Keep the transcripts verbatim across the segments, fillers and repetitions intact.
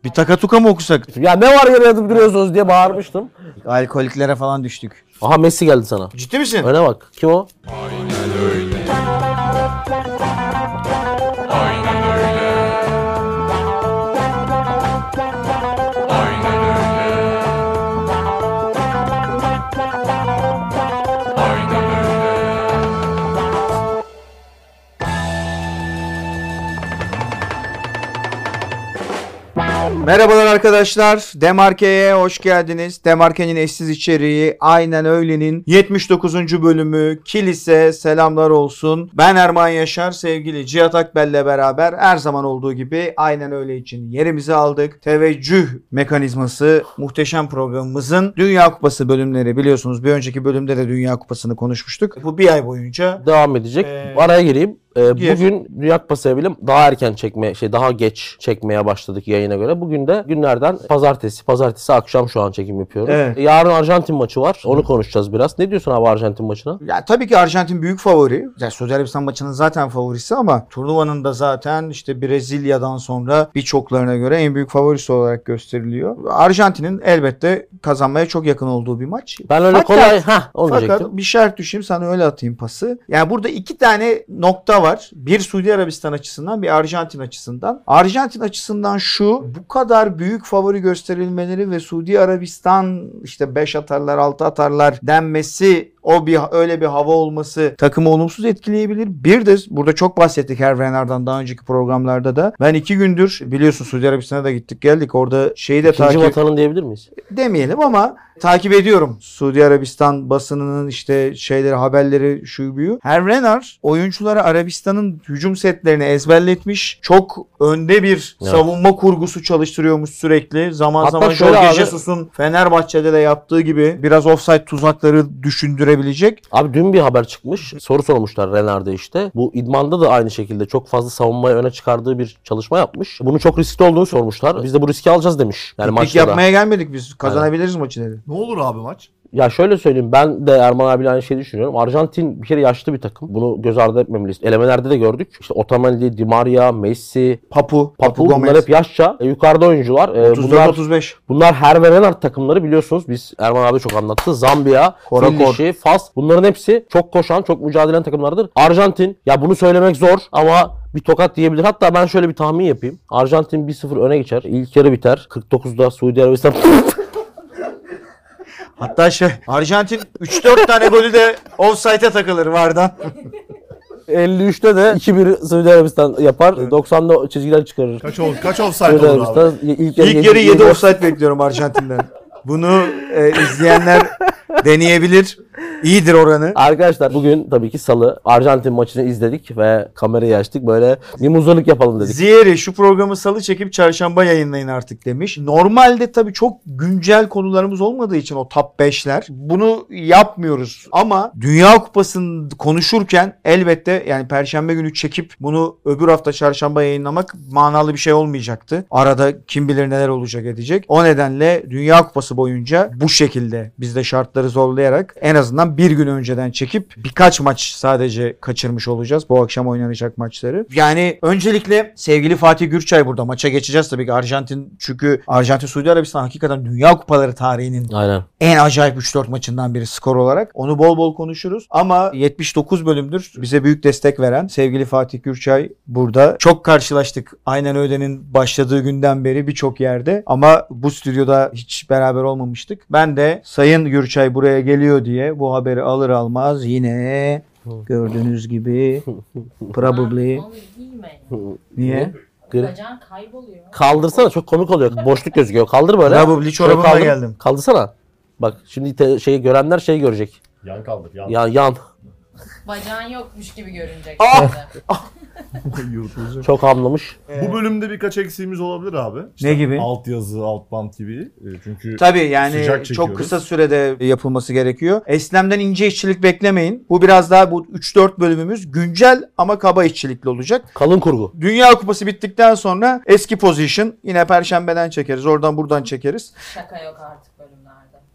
Bir takatuka mı okusak? Ya ne var yere yatıp duruyorsunuz diye bağırmıştım. Alkoliklere falan düştük. Aha Messi geldi sana. Ciddi misin? Öne bak. Kim o? Aynen öyle. Aynen öyle. Aynen öyle. Aynen öyle. Merhabalar arkadaşlar. Demarke'ye hoş geldiniz. Demarke'nin eşsiz içeriği Aynen Öyle'nin yetmiş dokuzuncu bölümü Kilise selamlar olsun. Ben Erman Yaşar, sevgili Cihat Akbel'le beraber her zaman olduğu gibi Aynen Öyle için yerimizi aldık. Teveccüh mekanizması muhteşem programımızın Dünya Kupası bölümleri, biliyorsunuz bir önceki bölümde de Dünya Kupası'nı konuşmuştuk. Bu bir ay boyunca Devam edecek. Ee, Araya gireyim. Ee, gir. bugün Dünya Kupası bilim daha erken çekmeye, şey daha geç çekmeye başladık yayına göre. Bugün de günlerden pazartesi. Pazartesi akşam şu an çekim yapıyoruz. Evet. Yarın Arjantin maçı var. Onu konuşacağız biraz. Ne diyorsun abi Arjantin maçına? Ya tabii ki Arjantin büyük favori. Ya Suudi Arabistan maçının zaten favorisi ama turnuvanın da zaten işte Brezilya'dan sonra birçoklarına göre en büyük favorisi olarak gösteriliyor. Arjantin'in elbette kazanmaya çok yakın olduğu bir maç. Ben öyle Fakat- kolay ha onu Fakat diyecektim. bir şart düşeyim, sana öyle atayım pası. Yani burada iki tane nokta var. Bir Suudi Arabistan açısından, bir Arjantin açısından. Arjantin açısından şu: bu kadar büyük favori gösterilmeleri ve Suudi Arabistan işte beş atarlar altı atarlar denmesi, o bir öyle bir hava olması takımı olumsuz etkileyebilir. Bir de burada çok bahsettik Hervé Renard'dan daha önceki programlarda da. Ben iki gündür biliyorsun Suudi Arabistan'a da gittik geldik. Orada şeyi de İkinci takip vatanın diyebilir miyiz? demeyelim ama takip ediyorum. Suudi Arabistan basınının işte şeyleri, haberleri, şu büyü. Hervé Renard oyunculara Arabistan'ın hücum setlerini ezberletmiş. Çok önde bir Evet. savunma kurgusu çalıştırıyormuş sürekli. Zaman Hatta zaman şöyle Jorge abi- Jesus'un Fenerbahçe'de de yaptığı gibi biraz offside tuzakları düşündürebilecek. Abi dün bir haber çıkmış. Soru sormuşlar Renard'a işte. Bu idmanda da aynı şekilde çok fazla savunmayı öne çıkardığı bir çalışma yapmış. Bunun çok riskli olduğunu sormuşlar. Biz de bu riski alacağız demiş. Yani Lig maçta da. yapmaya gelmedik biz. Kazanabiliriz maçı dedi. Ne olur abi maç? Ya şöyle söyleyeyim, ben de Erman abiyle aynı şeyi düşünüyorum. Arjantin bir kere yaşlı bir takım. Bunu göz ardı etmemeliyiz. Elemelerde de gördük. İşte Otamendi, Di Maria, Messi, Papu, Papu, Gomez. bunlar hep yaşça. E, yukarıda oyuncular. E, otuz dört bunlar otuz beş. bunlar Hervé Renard takımları biliyorsunuz. Biz Erman abi çok anlattı. Zambiya, Korakor. Fil Dişi, Fas. Bunların hepsi çok koşan, çok mücadeleden takımlardır. Arjantin, ya bunu söylemek zor ama bir tokat diyebilir. Hatta ben şöyle bir tahmin yapayım. Arjantin bir sıfır öne geçer. İlk yarı biter. kırk dokuzda Suudi Arabistan Hatta şey, Arjantin üç dört tane golü de offside'e takılır vardan. elli üçte de iki bir Suudi Arabistan yapar. doksan'da çizgiler çıkarır. Kaç ol kaç offside Suudi olur abi? Arabistan ilk yarı, İlk yarı yedi offside bekliyorum Arjantin'den. Bunu e, izleyenler deneyebilir. İyidir oranı. Arkadaşlar bugün tabii ki Salı Arjantin maçını izledik ve kamerayı açtık. Böyle bir muzurluk yapalım dedik. Ziyeri şu programı salı çekip çarşamba yayınlayın artık demiş. Normalde tabii çok güncel konularımız olmadığı için o top beşler bunu yapmıyoruz. Ama Dünya Kupası'nı konuşurken elbette yani Perşembe günü çekip bunu öbür hafta çarşamba yayınlamak manalı bir şey olmayacaktı. Arada kim bilir neler olacak edecek. O nedenle Dünya Kupası boyunca bu şekilde biz de şartları zorlayarak en azından bir gün önceden çekip birkaç maç sadece kaçırmış olacağız. Bu akşam oynanacak maçları. Yani öncelikle sevgili Fatih Gürçay burada. Maça geçeceğiz tabii ki. Arjantin, çünkü Arjantin Suudi Arabistan hakikaten Dünya Kupaları tarihinin Aynen. en acayip üç dört maçından biri skor olarak. Onu bol bol konuşuruz. Ama yetmiş dokuz bölümdür bize büyük destek veren sevgili Fatih Gürçay burada. Çok karşılaştık. Aynen Öyle'nin başladığı günden beri birçok yerde. Ama bu stüdyoda hiç beraber olmamıştık. Ben de Sayın Gürçay buraya geliyor diye bu haberi alır almaz yine gördüğünüz gibi probably. Onu giyme. Niye? Gır- Bacağın kayboluyor. Kaldırsana, çok komik oluyor. Boşluk gözüküyor. Kaldır böyle. Probably Şöyle çorabımla kaldır. geldim. Kaldırsana. Bak şimdi te- şeyi görenler şeyi görecek. Yan kaldır yan. Ya yan. Bacağın yokmuş gibi görünecek. Ah! şimdi. Yırtılacak. Çok hamlamış. Bu bölümde birkaç eksiğimiz olabilir abi. İşte Ne gibi? Alt yazı, alt bant gibi. E, Çünkü Tabii yani sıcak çok çekiyoruz. kısa sürede yapılması gerekiyor. Eslem'den ince işçilik beklemeyin. Bu biraz daha bu üç dört bölümümüz güncel ama kaba işçilikli olacak. Kalın kurgu. Dünya Kupası bittikten sonra eski position yine Perşembe'den çekeriz. Oradan buradan çekeriz. Şaka yok artık bölümlerde.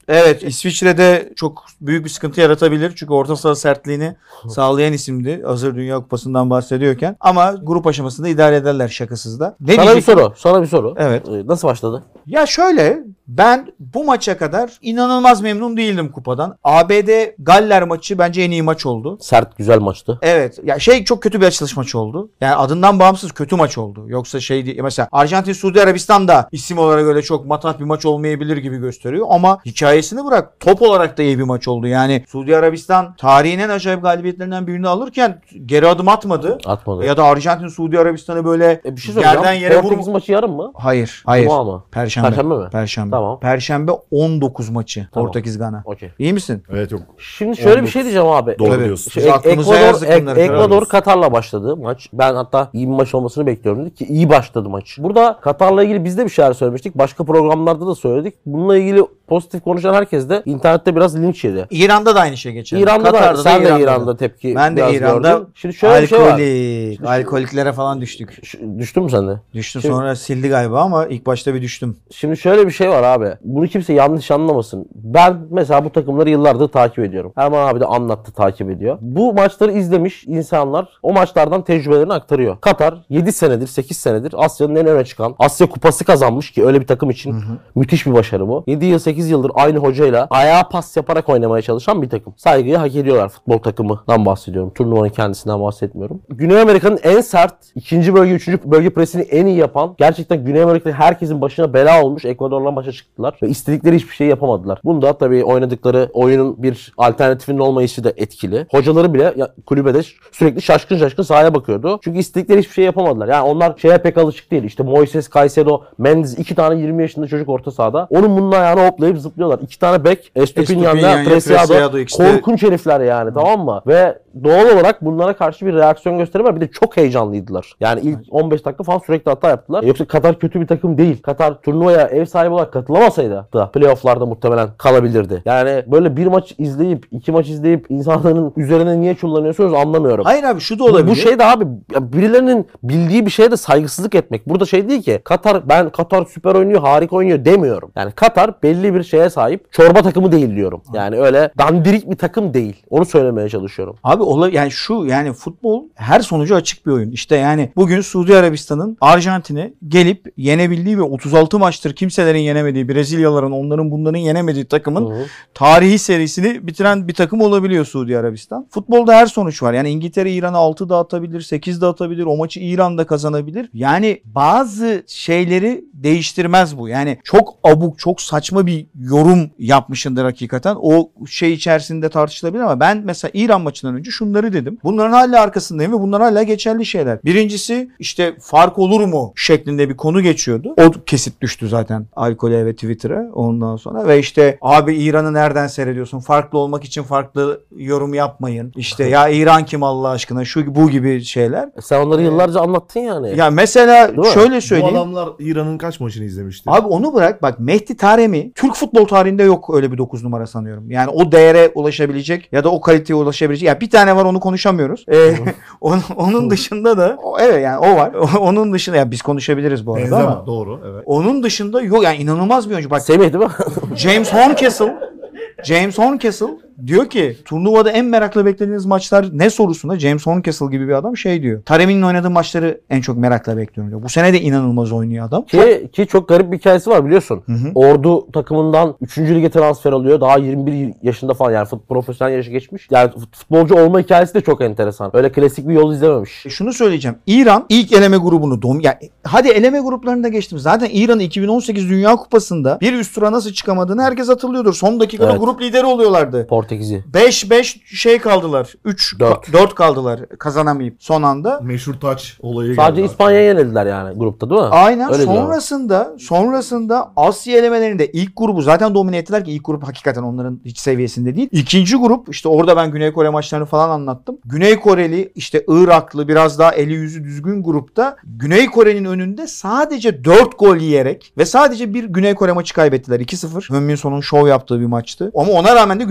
Evet, İsviçre'de çok büyük bir sıkıntı yaratabilir. Çünkü orta saha sertliğini sağlayan isimdi. Hazır Dünya Kupası'ndan bahsediyorken. Ama grup aşamasında idare ederler şakasız da. Ne Sana bir diyecektim? soru. Sana bir soru. Evet. Ee, Nasıl başladı? Ya şöyle, ben bu maça kadar inanılmaz memnun değildim kupadan. A B D Galler maçı bence en iyi maç oldu. Sert, güzel maçtı. Evet. Ya şey çok kötü bir açılış maçı oldu. Yani adından bağımsız kötü maç oldu. Yoksa şey değil. Mesela Arjantin Suudi Arabistan da isim olarak öyle çok matah bir maç olmayabilir gibi gösteriyor. Ama hikayesini bırak. Top olarak da iyi bir maç oldu. Yani Suudi Arabistan tarihin en acayip galibiyetlerinden birini alırken geri adım atmadı. Atmadı. Ya da Arjantin Suudi Arabistan'ı böyle E bir şey soracağım. yerden yere Portekiz vurma. maçı yarın mı? Hayır. Hayır. Cuma mı? Perşembe. Perşembe mi? Perşembe. Tamam. Perşembe on dokuz maçı. Tamam. Portekiz Gana. Okey. İyi misin? Evet yok. Şimdi şöyle on bir şey dokuz. diyeceğim abi. Doğru Tabii. diyorsun. Biz Ek- aklımıza Ekvador, yazdık Ek- bunları. Helal Ekvador olsun. Katar'la başladı maç. Ben hatta iyi bir maç olmasını bekliyorum dedik ki iyi başladı maç. Burada Katar'la ilgili biz de bir şeyler söylemiştik. Başka programlarda da söyledik. Bununla ilgili pozitif konuşan herkes de internette biraz linç yedi. İran'da da aynı şey geçerli. İran'da Katar'da da sen de İran'da İran'da da. tepki Ben de biraz İran'da gördüm. Şimdi şöyle bir şey var. alkolik, alkoliklere falan düştük. Şu- Düştün mü sen de? Düştüm Şimdi- sonra sildi galiba ama ilk başta bir düştüm. Şimdi şöyle bir şey var abi. Bunu kimse yanlış anlamasın. Ben mesela bu takımları yıllardır takip ediyorum. Erman abi de anlattı, takip ediyor. Bu maçları izlemiş insanlar o maçlardan tecrübelerini aktarıyor. Katar yedi senedir, sekiz senedir Asya'nın en öne çıkan Asya Kupası kazanmış ki öyle bir takım için müthiş bir başarı bu. yedi yıl, sekiz yıldır aynı hocayla ayağa pas yaparak oynamaya çalışan bir takım. Saygıyı hak ediyorlar, futbol takımından bahsediyorum. Turnuvanın kendisinden bahsetmiyorum. Güney Amerika'nın en sert, ikinci bölge, üçüncü bölge presini en iyi yapan, gerçekten Güney Amerika'da herkesin başına bela olmuş Ekvador'la başa çıktılar ve istedikleri hiçbir şey yapamadılar. Bunda tabii oynadıkları oyunun bir alternatifinin olmayışı da etkili. Hocaları bile ya, kulübede sürekli şaşkın şaşkın sahaya bakıyordu. Çünkü istedikleri hiçbir şey yapamadılar. Yani onlar şeye pek alışık değil. İşte Moises, Caicedo, Mendes, iki tane yirmi yaşında çocuk orta sahada. Onun bunun ayağına hoplayıp zıplıyorlar. İki tane bek, Estupinyan'la Estupinyan, Preciado. Preciado ikisi de- Korkunç herifler yani, tamam mı? Ve doğal olarak bunlara karşı bir reaksiyon gösteremez. Bir de çok heyecanlıydılar. Yani ilk on beş dakika falan sürekli hata yaptılar. Yoksa Katar kötü bir takım değil. Katar turnuvaya ev sahibi olarak katılamasaydı da playoff'larda muhtemelen kalabilirdi. Yani böyle bir maç izleyip, iki maç izleyip insanların üzerine niye çullanıyorsunuz anlamıyorum. Hayır abi şu da Bu, olabilir. bu şey de abi ya birilerinin bildiği bir şeye de saygısızlık etmek. Burada şey değil ki Katar, ben Katar süper oynuyor, harika oynuyor demiyorum. Yani Katar belli bir şeye sahip, çorba takımı değil diyorum. Yani öyle dandirik bir takım değil. Onu söylemeye çalışıyorum. Abi olay yani şu yani futbol her sonucu açık bir oyun. İşte yani bugün Suudi Arabistan'ın Arjantin'e gelip yenebildiği ve otuz altı maçtır kimselerin yenemediği, Brezilyalıların onların bunların yenemediği takımın Hı hı. tarihi serisini bitiren bir takım olabiliyor Suudi Arabistan. Futbolda her sonuç var. Yani İngiltere İran'a altı da atabilir, sekiz de atabilir. O maçı İran'da kazanabilir. Yani bazı şeyleri değiştirmez bu. Yani çok abuk, çok saçma bir yorum yapmışındır hakikaten. O şey içerisinde tartışılabilir ama ben mesela İran maçından önce şunları dedim. Bunların hala arkasındayım ve bunlar hala geçerli şeyler. Birincisi işte fark olur mu şeklinde bir konu geçiyordu. O kesit düştü zaten alkole ve Twitter'a ondan sonra ve işte abi İran'ı nereden seyrediyorsun? Farklı olmak için farklı yorum yapmayın. İşte ya İran kim Allah aşkına şu bu gibi şeyler. E sen onları yıllarca anlattın yani. Ya mesela Değil mi? şöyle Bu söyleyeyim. adamlar İran'ın kaç maçını izlemişti? Abi onu bırak bak Mehdi Taremi Türk futbol tarihinde yok öyle bir dokuz numara sanıyorum. Yani o değere ulaşabilecek ya da o kaliteye ulaşabilecek. Ya bir tane var onu konuşamıyoruz. Ee, onun, onun dışında da o, evet yani o var. Onun dışında ya biz konuşabiliriz bu arada Benzema, ama. doğru evet. Onun dışında yok yani inanılmaz bir oyuncu. Bak Semih değil mi? James Horncastle James Horncastle diyor ki turnuvada en merakla beklediğiniz maçlar ne sorusuna James Horncastle gibi bir adam şey diyor. Taremi'nin oynadığı maçları en çok merakla bekliyorum diyor. Bu sene de inanılmaz oynuyor adam. Ki, ki çok garip bir hikayesi var biliyorsun. hı. Ordu takımından üçüncü lige transfer oluyor. Daha yirmi bir yaşında falan, yani fut, profesyonel yaşı geçmiş. Yani fut- futbolcu olma hikayesi de çok enteresan. Öyle klasik bir yol izlememiş. E şunu söyleyeceğim. İran ilk eleme grubunu dom ya hadi eleme gruplarında geçtim. Zaten İran'ın iki bin on sekiz Dünya Kupası'nda bir üst tura nasıl çıkamadığını herkes hatırlıyordur. Son dakikada Evet. grup lideri oluyorlardı. Portekiz'i. beş beş şey kaldılar. üç Dört. dört kaldılar kazanamayıp son anda. Meşhur taç olayı Sadece geldi İspanya'ya yenildiler yani grupta, değil mi? Aynen. Öyle diyor. sonrasında sonrasında Asya elemelerinde ilk grubu zaten domine ettiler ki ilk grup hakikaten onların hiç seviyesinde değil. İkinci grup işte orada ben Güney Kore maçlarını falan anlattım. Güney Koreli işte Iraklı biraz daha eli yüzü düzgün grupta Güney Kore'nin önünde sadece dört gol yiyerek ve sadece bir Güney Kore maçı kaybettiler. iki sıfır. Heung-min Son'un şov yaptığı bir maçtı. Ama ona rağmen de Güney Kore'nin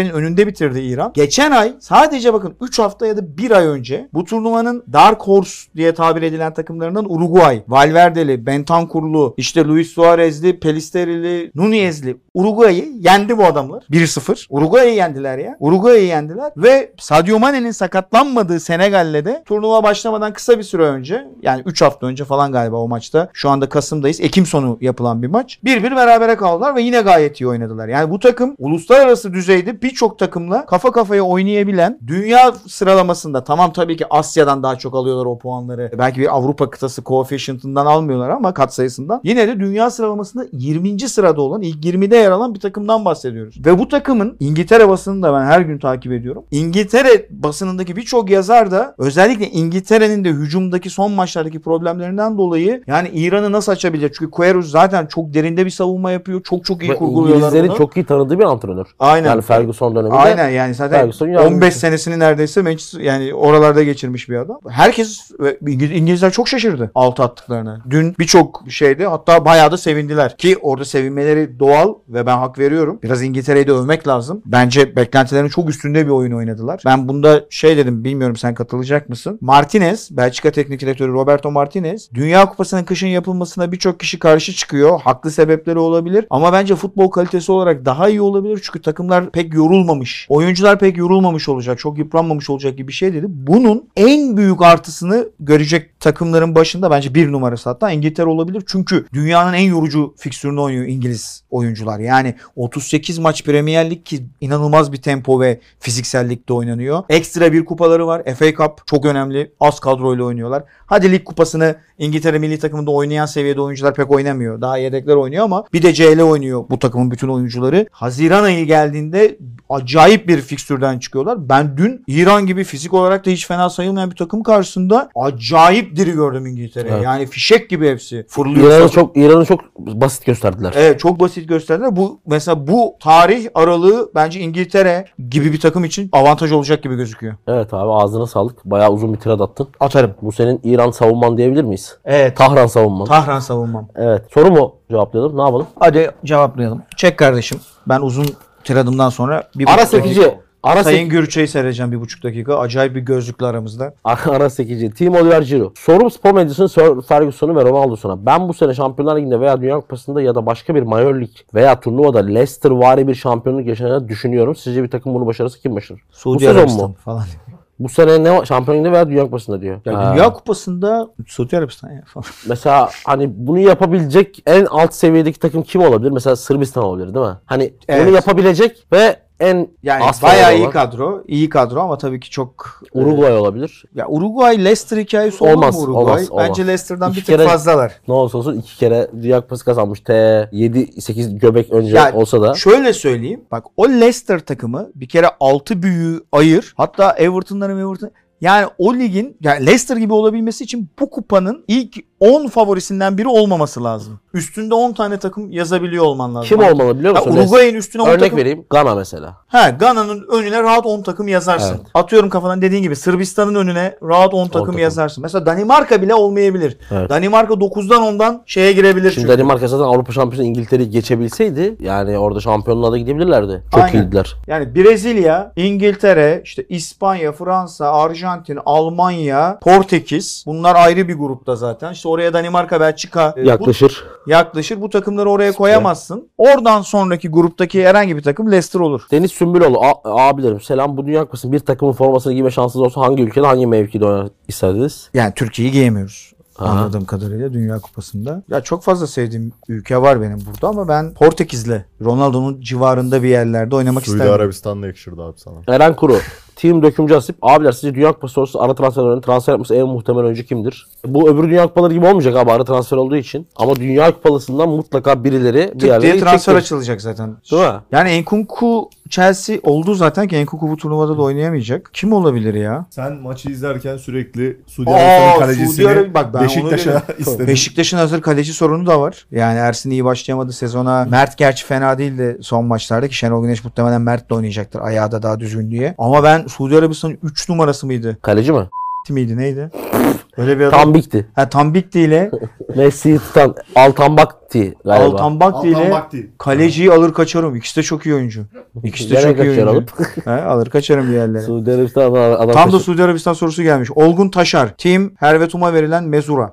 Türkiye'nin önünde bitirdi İran. Geçen ay sadece bakın üç hafta ya da bir ay önce bu turnuvanın Dark Horse diye tabir edilen takımlarından Uruguay, Valverde'li, Bentancur'lu, işte Luis Suarez'li, Pelistari'li, Nunez'li Uruguay'ı yendi bu adamlar. bir sıfır. Uruguay'ı yendiler ya. Uruguay'ı yendiler ve Sadio Mane'nin sakatlanmadığı Senegal'le de turnuva başlamadan kısa bir süre önce, yani üç hafta önce falan galiba o maçta. Şu anda Kasım'dayız. Ekim sonu yapılan bir maç. bir bir berabere kaldılar ve yine gayet iyi oynadılar. Yani bu takım uluslararası düzeyde birçok takımla kafa kafaya oynayabilen, dünya sıralamasında, tamam tabii ki Asya'dan daha çok alıyorlar o puanları. Belki bir Avrupa kıtası koefficient'ından almıyorlar ama katsayısından. Yine de dünya sıralamasında yirminci sırada olan, ilk yirmide yer alan bir takımdan bahsediyoruz. Ve bu takımın İngiltere basınını da ben her gün takip ediyorum. İngiltere basınındaki birçok yazar da özellikle İngiltere'nin de hücumdaki son maçlardaki problemlerinden dolayı yani İran'ı nasıl açabilecek? Çünkü Queiroz zaten çok derinde bir savunma yapıyor. Çok çok iyi Ve kurguluyorlar İngilizlerin bunu. çok iyi tanıdığı bir antrenör. Aynen. Yani Ferguson döneminde. Aynen yani zaten Ferguson yardımcısı. on beş senesini neredeyse Manchester, yani oralarda geçirmiş bir adam. Herkes, İngiliz- İngilizler çok şaşırdı altı attıklarına. Dün birçok şeyde hatta bayağı da sevindiler. Ki orada sevinmeleri doğal ve ben hak veriyorum. Biraz İngiltere'yi de övmek lazım. Bence beklentilerin çok üstünde bir oyun oynadılar. Ben bunda şey dedim, bilmiyorum sen katılacak mısın? Martinez, Belçika Teknik Direktörü Roberto Martinez, Dünya Kupası'nın kışın yapılmasına birçok kişi karşı çıkıyor. Haklı sebepleri olabilir. Ama bence futbol kalitesi olarak daha iyi olabilir. Çünkü takımlar pek yorulmamış. Oyuncular pek yorulmamış olacak. Çok yıpranmamış olacak gibi bir şey dedi. Bunun en büyük artısını görecek takımların başında bence bir numarası hatta İngiltere olabilir. Çünkü dünyanın en yorucu fikstürünü oynuyor İngiliz oyuncular. Yani otuz sekiz maç Premier Lig ki inanılmaz bir tempo ve fiziksellikte oynanıyor. Ekstra bir kupaları var. F A Cup çok önemli. Az kadroyla oynuyorlar. Hadi lig kupasını İngiltere milli takımında oynayan seviyede oyuncular pek oynamıyor. Daha yedekler oynuyor ama bir de C L oynuyor bu takımın bütün oyuncuları. Haziran ayı geldiğinde acayip bir fikstürden çıkıyorlar. Ben dün İran gibi fizik olarak da hiç fena sayılmayan bir takım karşısında acayip diri gördüm İngiltere'yi. Evet. Yani fişek gibi hepsi. Fırlıyor. İran'ı çok İran'ı çok basit gösterdiler. Evet, çok basit gösterdiler. Bu mesela bu tarih aralığı bence İngiltere gibi bir takım için avantaj olacak gibi gözüküyor. Evet abi, ağzına sağlık. Bayağı uzun bir tirad attın. Atarım. Bu senin İran savunman diyebilir miyiz? Evet. Tahran savunman. Tahran savunmam. Evet. Soru mu cevaplayalım? Ne yapalım? Hadi cevaplayalım. Çek kardeşim. Ben uzun tiradımdan sonra bir Ara buçuk dakika- sekici. Ara Sayın sek Gürçe'yi seyredeceğim bir buçuk dakika. Acayip bir gözlüklü aramızda. Ara sekici. Team Oliver Giroud. Sorum spor medyasının Sir Ferguson'u ve Ronaldo'suna. Ben bu sene Şampiyonlar Ligi'nde veya Dünya Kupası'nda ya da başka bir Major Lig veya turnuvada Leicester vari bir şampiyonluk yaşanacağını düşünüyorum. Sizce bir takım bunu başarırsa kim başarır? Suudi bu sezon Arabistan mu? falan. Bu sene ne Şampiyonlar Ligi'nde veya Dünya Kupası'nda diyor. Ya Ha. Dünya Kupası'nda Suudi Arabistan ya falan. Mesela hani bunu yapabilecek en alt seviyedeki takım kim olabilir? Mesela Sırbistan olabilir değil mi? Hani Evet. bunu yapabilecek ve en Yani az bayağı paralı iyi olan kadro. İyi kadro ama tabii ki çok Uruguay olabilir. Ya Uruguay Leicester hikayesi olur Olmaz, mu Uruguay? olmaz, olmaz. Bence Leicester'dan İki bir tık kere- fazlalar. Ne olursa olsun iki kere Dünya Kupası kazanmış. T yedi sekiz göbek önce Ya olsa da. Şöyle söyleyeyim. Bak o Leicester takımı bir kere altı büyüğü ayır. Hatta Everton'ların Everton yani o ligin yani Leicester gibi olabilmesi için bu kupanın ilk on favorisinden biri olmaması lazım. Üstünde on tane takım yazabiliyor olman lazım. Kim olmalı biliyor Ya musun? Uruguay'ın üstüne on Örnek takım. vereyim. Gana mesela. He, Gana'nın önüne rahat on takım yazarsın. Evet. Atıyorum kafadan dediğin gibi Sırbistan'ın önüne rahat on takım takım. yazarsın. Mesela Danimarka bile olmayabilir. Evet. Danimarka dokuzdan ondan şeye girebilir Şimdi çünkü. Danimarka zaten Avrupa Şampiyonu İngiltere'yi geçebilseydi yani orada şampiyonluğa da gidebilirlerdi. Çok Aynen. iyiydiler. Yani Brezilya, İngiltere, işte İspanya, Fransa, Arjantin, Almanya, Portekiz. Bunlar ayrı bir grupta zaten. İşte oraya Danimarka, Belçika e, Yaklaşır. bu, yaklaşır. Bu takımları oraya koyamazsın. Oradan sonraki gruptaki herhangi bir takım Leicester olur. Deniz Sümbüloğlu. A- abilerim selam. Bu Dünya Kupası'nın bir takımın formasını giyme şansınız olsa hangi ülkede hangi mevkide oynamak isterdiniz? Yani Türkiye'yi giyemiyoruz. Aha. Anladığım kadarıyla Dünya Kupası'nda. Ya çok fazla sevdiğim ülke var benim burada ama ben Portekiz'le Ronaldo'nun civarında bir yerlerde oynamak Suudi isterdim. Arabistan'da yakışırdı abi sana. Eren Kuru. Team Dökümcü Asip. Abiler sizce Dünya Kupası sonrası ara transferlerin transfer yapması en muhtemel oyuncu kimdir? Bu öbür Dünya Kupaları gibi olmayacak abi ara transfer olduğu için. Ama Dünya Kupası'ndan mutlaka birileri bir Tık yerlere diye transfer gidecektir. açılacak zaten. Değil mi? Yani Enkunku Chelsea oldu zaten ki Enkunku bu turnuvada da oynayamayacak. Kim olabilir ya? Sen maçı izlerken sürekli Suudi Aa, Arabistan'ın Suudi kalecisini Arabi- bak ben onu Beşiktaş'a diyorum. istedin. Beşiktaş'ın hazır kaleci sorunu da var. Yani Ersin iyi başlayamadı sezona. Mert gerçi fena değildi son maçlarda ki Şenol Güneş muhtemelen Mert'le oynayacaktır. Ayağı da daha düzgün diye. Ama ben Suudi Arabistan'ın üç numarası mıydı? Kaleci mi? miydi neydi? Öyle bir adam. Tambik'ti. Ha, Tambikti ile Messi'yi tutan Altanbak'ti galiba. Altanbakti ile Altanbakti. kaleciyi alır kaçarım. İkisi de çok iyi oyuncu. İkisi de Nereye çok iyi kaçar oyuncu. alıp? He, alır kaçarım bir yerlere. Suudi Arabistan'da adam Tam da kaçır- Suudi Arabistan sorusu gelmiş. Olgun Taşar. Team Hervetum'a verilen Mezura.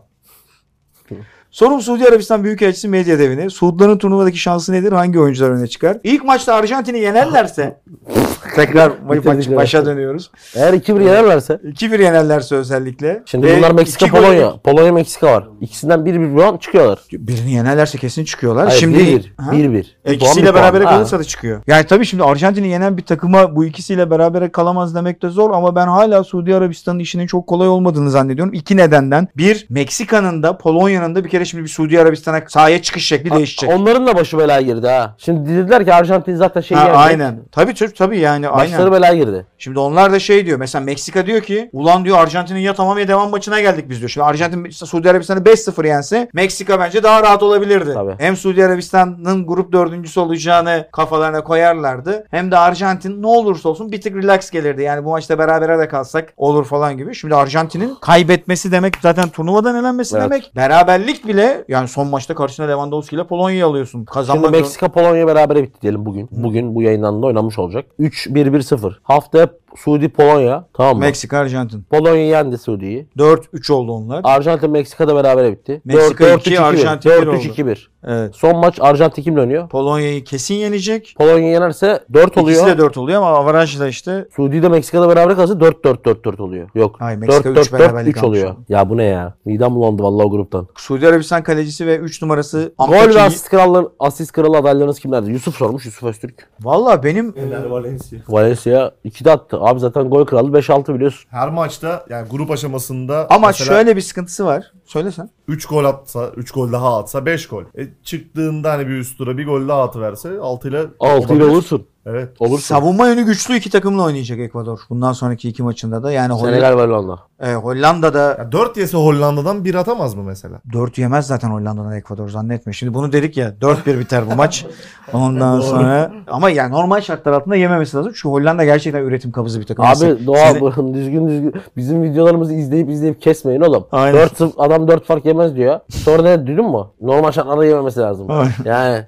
Sorum Suudi Arabistan Büyükelçisi medya devini. Suudların turnuvadaki şansı nedir? Hangi oyuncular öne çıkar? İlk maçta Arjantin'i yenerlerse tekrar maç, başa dönüyoruz. Eğer iki bir yenerlerse. iki bir yenerlerse özellikle. Şimdi Ve bunlar Meksika iki gol- Polonya. Polonya Meksika var. İkisinden bir bir puan çıkıyorlar. Birini yenerlerse kesin çıkıyorlar. Hayır, şimdi bir bir. Ha? bir bir. Bir İkisiyle puan, bir beraber puan. kalırsa da çıkıyor. Yani tabii şimdi Arjantin'i yenen bir takıma bu ikisiyle beraber kalamaz demek de zor ama ben hala Suudi Arabistan'ın işinin çok kolay olmadığını zannediyorum. İki nedenden. Bir, Meksika'nın da Polonya'nın da bir kere şimdi bir Suudi Arabistan'a sahaya çıkış şekli değişecek. Onların da başı belaya girdi ha. Şimdi dediler ki Arjantin zaten şey Ha, yenecek. aynen. Tabii tabii tabii yani Başları aynen. belaya girdi. Şimdi onlar da şey diyor. Mesela Meksika diyor ki ulan diyor Arjantin'in ya tamam ya devam maçına geldik biz diyor. Şimdi Arjantin Suudi Arabistan'ı beş sıfır yense Meksika bence daha rahat olabilirdi. Tabii. Hem Suudi Arabistan'ın grup dördüncüsü olacağını kafalarına koyarlardı. Hem de Arjantin ne olursa olsun bir tık relax gelirdi. Yani bu maçta berabere de kalsak olur falan gibi. Şimdi Arjantin'in kaybetmesi demek zaten turnuvadan elenmesi Evet. demek. Beraberlik bile yani son maçta karşısına Lewandowski ile Polonya'yı alıyorsun. Şimdi Kazanmak Meksika Polonya berabere bitti diyelim bugün. Bugün bu yayınlanında oynanmış olacak. üç bir bir sıfır. Haftaya Suudi Polonya, tamam mı? Meksika Arjantin. Polonya yendi Suudi'yi. dört üç oldu onlar. Arjantin Meksika'da berabere bitti. Meksika dört iki, üç iki bir. Arjantin bir dört üç oldu. iki bir. Evet. Son maç Arjantin kimle oynuyor? Polonya'yı kesin yenecek. Polonya yenerse dört oluyor. İkisi de dört oluyor ama avarajla işte Suudi'de Meksika'da beraber kalırsa dört dört dört dört oluyor. Yok. Hayır, Meksika dört üç dört dört beraberlik üç oluyor. almış. Ya bu ne ya? Midem bulandı vallahi o gruptan. Suudi Arabistan kalecisi ve üç numarası Gol Ampaki- ve asist kralı, asist kralı adaylarınız kimlerdi? Yusuf sormuş. Yusuf Öztürk. Valla benim Fener Valencia. Valencia iki de attı. Abi zaten gol kralı beş altı biliyorsun. Her maçta yani grup aşamasında ama mesela şöyle bir sıkıntısı var. Söylesen. üç gol atsa, üç gol daha atsa beş gol. E, çıktığında hani bir üst tura bir gol daha atıverse altı ile altı ile olursun. Evet. Olursun. Savunma yönü güçlü iki takımla oynayacak Ekvador. Bundan sonraki iki maçında da. Yani Holl- Senegal var Hollanda. e, Hollanda'da Ya dört yese Hollanda'dan bir atamaz mı mesela? dört yemez zaten Hollanda'dan Ekvador zannetme. Şimdi bunu dedik ya dört bir biter bu maç. Ondan sonra ama yani normal şartlar altında yememesi lazım. Çünkü Hollanda gerçekten üretim kabızı bir takım. Abi doğal Size- bu. düzgün düzgün. Bizim videolarımızı izleyip izleyip kesmeyin oğlum. Aynen. dört sıfır adam dört fark yemez diyor. Sonra ne duydun mu? Normal şartlarda yememesi lazım. Aynen. Yani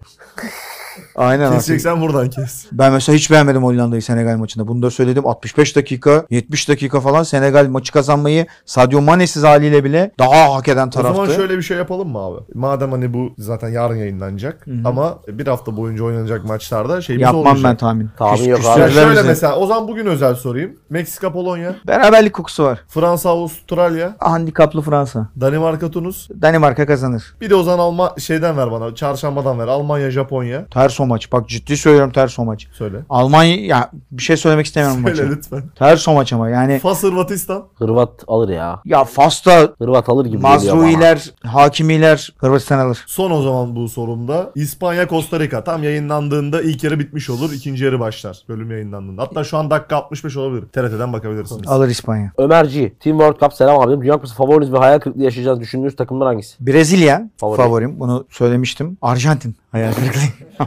Aynen. artık. Keseceksen buradan kes. Ben mesela hiç beğenmedim Hollanda'yı Senegal maçında. Bunu da söyledim. altmış beş dakika, yetmiş dakika falan Senegal maçı kazanmayı Sadio Mane'siz haliyle bile daha hak eden O taraftı. zaman şöyle bir şey yapalım mı abi? Madem hani bu zaten yarın yayınlanacak ama bir hafta boyunca oynanacak maçlarda şeyimiz Yapmam olmayacak. ben tahmin. Tahmin yok abi. Ya küstürdüler şöyle bizi. mesela o zaman bugün özel sorayım. Meksika Polonya, Beraberlik kokusu var. Fransa Avustralya, Handikaplı Fransa. Danimarka Tunus. Danimarka kazanır. Bir de o zaman Alman şeyden ver bana. Çarşambadan ver. Almanya Japonya. Ters o maç. Bak ciddi söylüyorum ters o maç. Söyle. Almanya ya bir şey söylemek istemiyorum bu Söyle maça. lütfen. Ters o maç ama yani Fas Hırvatistan. Hırvat alır ya. ya Fas'ta Hırvat alır gibi geliyor bana. Mazruiler, Hakimiler Hırvatistan alır. Son o zaman bu sorumda. İspanya Costa Rica. Tam yayınlandığında ilk yarı bitmiş olur. İkinci yarı başlar. Bölüm yayınlandığında. Hatta şu an dakika altmış beş olabilir. T R T'den bakabilirsiniz. Alır İspanya. Ömerci, Team World Cup selam abim. Dünya Kupası favoriniz ve hayal kırıklığı yaşayacağınız düşündüğünüz takımlar hangisi? Brezilya Favori. favorim. Bunu söylemiştim. Arjantin. Hayal kırıklığı.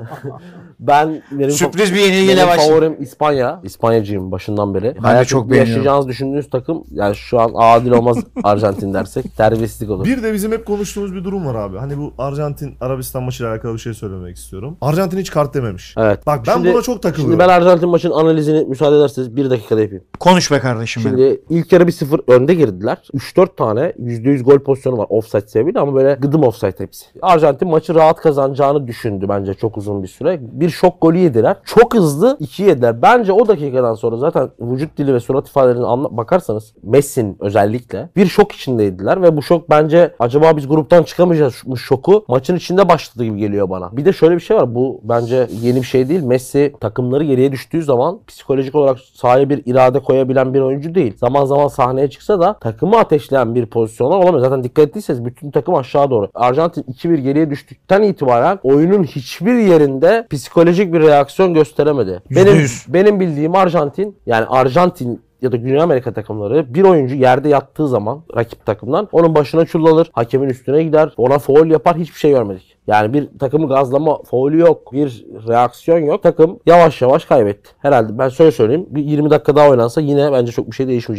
Ben benim Sürpriz fa- bir yenilgiyle benim başladı. favorim İspanya. İspanyacıyım başından beri. de Hayal çok kırıklığı beğeniyorum. yaşayacağınız düşündüğünüz takım yani şu an adil olmaz Arjantin dersek terbiyesizlik olur. Bir de bizim hep konuştuğumuz bir durum var abi. Hani bu Arjantin Arabistan maçıyla alakalı bir şey söylemek istiyorum. Arjantin hiç kart dememiş. Evet. Bak ben Şimdi- buna çok takılıyorum. Şimdi ben Arjantin maçının analizini müsaade ederseniz bir dakikada yapayım. Konuş be kardeşim benim. Şimdi ilk yarı bir sıfır önde girdiler. üç dört tane yüzde yüz gol pozisyonu var offside sebebiyle ama böyle gıdım offside hepsi. Arjantin maçı rahat kazanacağını düşündü bence çok uzun bir süre. Bir şok golü yediler. Çok hızlı iki yediler. Bence o dakikadan sonra zaten vücut dili ve surat ifadelerine anla- bakarsanız Messi'nin özellikle bir şok içindeydiler ve bu şok bence acaba biz gruptan çıkamayacağız şoku maçın içinde başladı gibi geliyor bana. Bir de şöyle bir şey var. Bu bence yeni bir şey değil. Messi takımları geriye düştüğü zaman psikolojik olarak sahaya bir irade koyabilen bir oyuncu değil. Zaman zaman sahneye çıksa da takımı ateşleyen bir pozisyona olamıyor. Zaten dikkat ettiyseniz bütün takım aşağı doğru. Arjantin iki bir geriye düştükten itibaren oyunun hiçbir yerinde psikolojik bir reaksiyon gösteremedi. Yüzde Benim yüz. benim bildiğim Arjantin yani Arjantin ya da Güney Amerika takımları bir oyuncu yerde yattığı zaman rakip takımdan onun başına çullanır, hakemin üstüne gider, ona faul yapar, hiçbir şey görmedik. Yani bir takımı gazlama faulü yok, bir reaksiyon yok. Takım yavaş yavaş kaybetti. Herhalde ben şöyle söyleyeyim, bir yirmi dakika daha oynansa yine bence çok bir şey değişmeyecekti.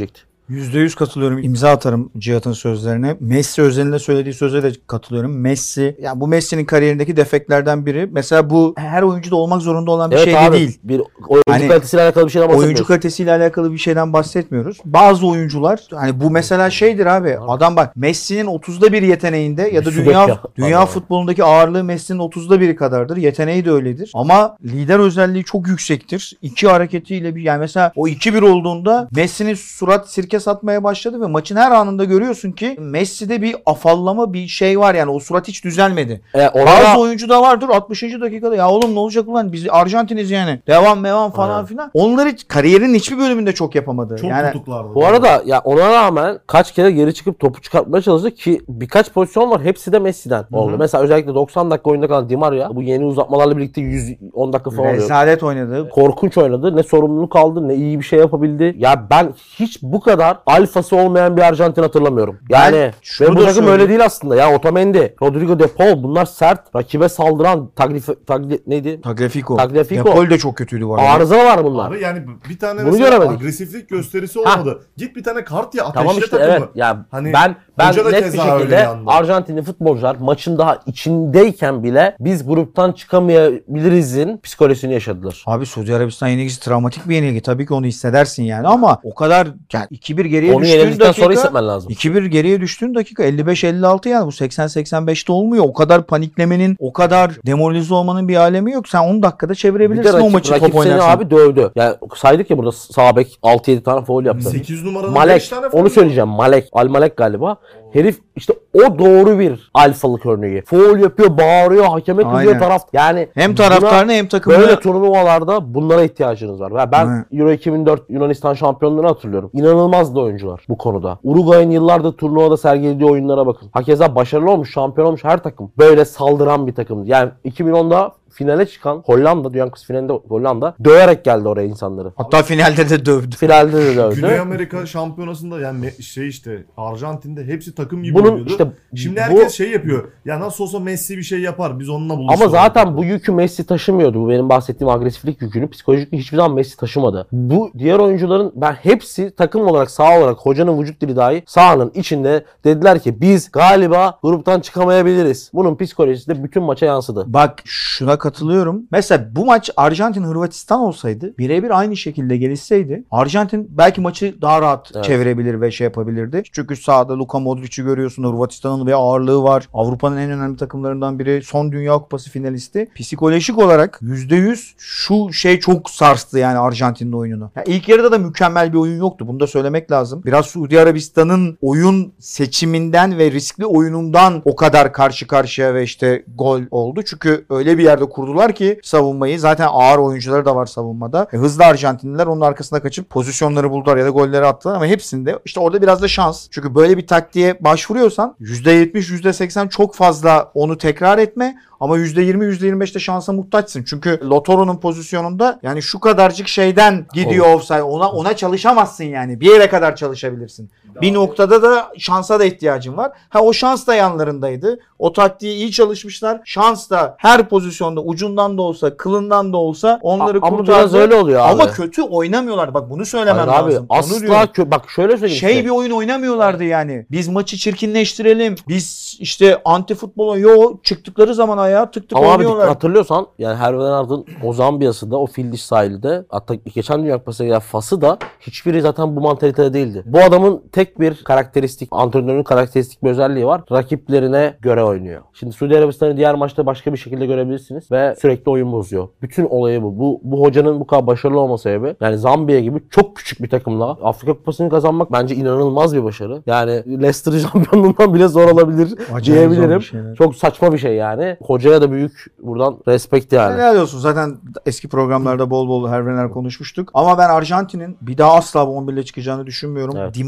yüzde yüz katılıyorum. İmza atarım Cihat'ın sözlerine. Messi özelinde söylediği söze de katılıyorum. Messi, yani bu Messi'nin kariyerindeki defektlerden biri. Mesela bu her oyuncuda olmak zorunda olan bir Evet şey de abi, değil. bir oyuncu Hani kalitesiyle alakalı bir şeyden bahsetmiyoruz. Oyuncu kalitesiyle alakalı bir şeyden bahsetmiyoruz. Bazı oyuncular hani bu mesela şeydir abi. Adam bak Messi'nin otuzda bir yeteneğinde ya da Sürekli dünya ya. dünya Adam. futbolundaki ağırlığı Messi'nin otuzda biri kadardır. Yeteneği de öyledir. Ama lider özelliği çok yüksektir. İki hareketiyle bir, yani mesela o iki bir olduğunda Messi'nin surat sirke satmaya başladı ve maçın her anında görüyorsun ki Messi'de bir afallama, bir şey var, yani o surat hiç düzelmedi. E, ona Bazı da- oyuncu da vardır altmışıncı dakikada ya oğlum ne olacak ulan biz Arjantiniz yani. Devam mevam falan Aynen. filan. Onları kariyerinin hiçbir bölümünde çok yapamadı. Çok yani tutuklardı. Bu arada ya ona rağmen kaç kere geri çıkıp topu çıkartmaya çalıştı ki birkaç pozisyon var. Hepsi de Messi'den oldu. Mesela özellikle doksan dakika oyunda kalan Di Maria bu yeni uzatmalarla birlikte yüz on dakika falan oluyor. rezalet oynadı. Korkunç oynadı. Ne sorumluluk aldı ne iyi bir şey yapabildi. Ya ben hiç bu kadar alfası olmayan bir Arjantin hatırlamıyorum. Yani Ben şunu ve bu da takım söyleyeyim. öyle değil aslında. Ya Otamendi, Rodrigo De Paul bunlar sert, rakibe saldıran, taglif, tagli, neydi? Tagliafico. Tagliafico. Depol de çok kötüydü bu arada. Arıza var bunlar. Abi yani bir tane Bunu mesela göremedik. agresiflik gösterisi Ha. olmadı. Git bir tane kart ya ateşle Tamam işte takımı. evet. Ya Hani ben ben hoca da net bir keza öyle şekilde yandı. Arjantinli futbolcular maçın daha içindeyken bile biz gruptan çıkamayabilirizin psikolojisini yaşadılar. Abi Suudi Arabistan yenilgisi travmatik bir yenilgi. Tabii ki onu hissedersin yani ama o kadar yani iki bir geriye Onu düştüğün yenildikten sonra dakika hissetmen lazım. iki bir geriye düştüğün dakika elli beş elli altı, yani bu seksen seksen beşte olmuyor. O kadar paniklemenin, o kadar demoralize olmanın bir alemi yok. Sen on dakikada Bir de çevirebilirsin rakip, o maçı rakip top seni oynarsan. abi dövdü. Yani saydık ya burada sağ bek altı yedi tane faul yaptı. sekiz numaralı beş Malek tane faul onu söyleyeceğim. Malek. Al Malek galiba. Herif işte o doğru bir alfalık örneği. Foul yapıyor, bağırıyor, hakeme kızıyor Aynen. taraf. Yani Hem buna- taraftarını hem takımını böyle turnuvalarda bunlara ihtiyacınız var. Ve ben Evet. Euro iki bin dört Yunanistan şampiyonluğunu hatırlıyorum. İnanılmazdı oyuncular bu konuda. Uruguay'ın yıllardır turnuvada sergilediği oyunlara bakın. Hakeza başarılı olmuş, şampiyon olmuş her takım. Böyle saldıran bir takımdı. Yani iki bin onda finale çıkan Hollanda, Dünya Kupası finalinde Hollanda döverek geldi oraya insanları. hatta finalde de dövdü. Finalde de dövdü. Güney Amerika şampiyonasında yani me- şey işte Arjantin'de hepsi takım gibi Bunun oynuyordu. işte Şimdi bu- herkes şey yapıyor. Ya nasıl olsa Messi bir şey yapar. Biz onunla buluşalım. Ama zaten bu yükü Messi taşımıyordu. Bu benim bahsettiğim agresiflik yükünü. Psikolojik hiçbir zaman Messi taşımadı. Bu diğer oyuncuların ben hepsi takım olarak sağ olarak hocanın vücut dili dahi sahanın içinde dediler ki biz galiba gruptan çıkamayabiliriz. Bunun psikolojisi de bütün maça yansıdı. Bak şuna katılıyorum. Mesela bu maç Arjantin-Hırvatistan olsaydı birebir aynı şekilde gelişseydi Arjantin belki maçı daha rahat Evet. çevirebilir ve şey yapabilirdi. Çünkü sahada Luka Modric'i görüyorsun. Hırvatistan'ın bir ağırlığı var. Avrupa'nın en önemli takımlarından biri. Son Dünya Kupası finalisti. Psikolojik olarak yüzde yüz şu şey çok sarstı yani Arjantin'in oyununu. Ya ilk yarıda da mükemmel bir oyun yoktu. Bunu da söylemek lazım. Biraz Suudi Arabistan'ın oyun seçiminden ve riskli oyunundan o kadar karşı karşıya ve işte gol oldu. Çünkü öyle bir yerde kurdular ki savunmayı. Zaten ağır oyuncuları da var savunmada. E, hızlı Arjantinliler onun arkasına kaçıp pozisyonları buldular ya da golleri attılar ama hepsinde işte orada biraz da şans. Çünkü böyle bir taktiğe başvuruyorsan yüzde yetmiş yüzde seksen çok fazla onu tekrar etme. Ama yüzde yirmi yüzde yirmi beşte şansa muhtaçsın. Çünkü Lautaro'nun pozisyonunda yani şu kadarcık şeyden gidiyor offside. Ona ona çalışamazsın yani. Bir yere kadar çalışabilirsin. Bir noktada da şansa da ihtiyacın var. Ha o şans da yanlarındaydı. O taktiği iyi çalışmışlar. Şans da her pozisyonda ucundan da olsa, kılından da olsa onları A- ama kurtardı. biraz öyle oluyor abi. Ama kötü oynamıyorlar. Bak bunu söylemem Hayır abi lazım. Onu asla diyorum. kö- bak şöyle söyleyeyim Şey size. bir oyun oynamıyorlardı yani. Biz maçı çirkinleştirelim. Biz işte anti futbola yo çıktıkları zaman ayağa tık tık Ama abi oynuyorlar. hatırlıyorsan yani Hervé Renard'ın o Zambiya'sı da o fil diş sahilde hatta geçen Dünya Kupası'na gelen Fas'ı da hiçbiri zaten bu mantalitede değildi. Bu adamın tek bir karakteristik, antrenörün karakteristik bir özelliği var. Rakiplerine göre oynuyor. Şimdi Suudi Arabistan'ı diğer maçta başka bir şekilde görebilirsiniz ve sürekli oyun bozuyor. Bütün olayı bu. Bu, bu hocanın bu kadar başarılı olma sebebi yani Zambiya gibi çok küçük bir takımla Afrika Kupası'nı kazanmak bence inanılmaz bir başarı. Yani Leicester şampiyonluğundan bile zor olabilir Acayip diyebilirim. zor bir şeyler. Çok saçma bir şey yani. Hocaya da büyük buradan respekt yani. Helal olsun. Zaten eski programlarda bol bol Hervener konuşmuştuk. Ama ben Arjantin'in bir daha asla bu on bir ile çıkacağını düşünmüyorum. Evet. Di Maria ve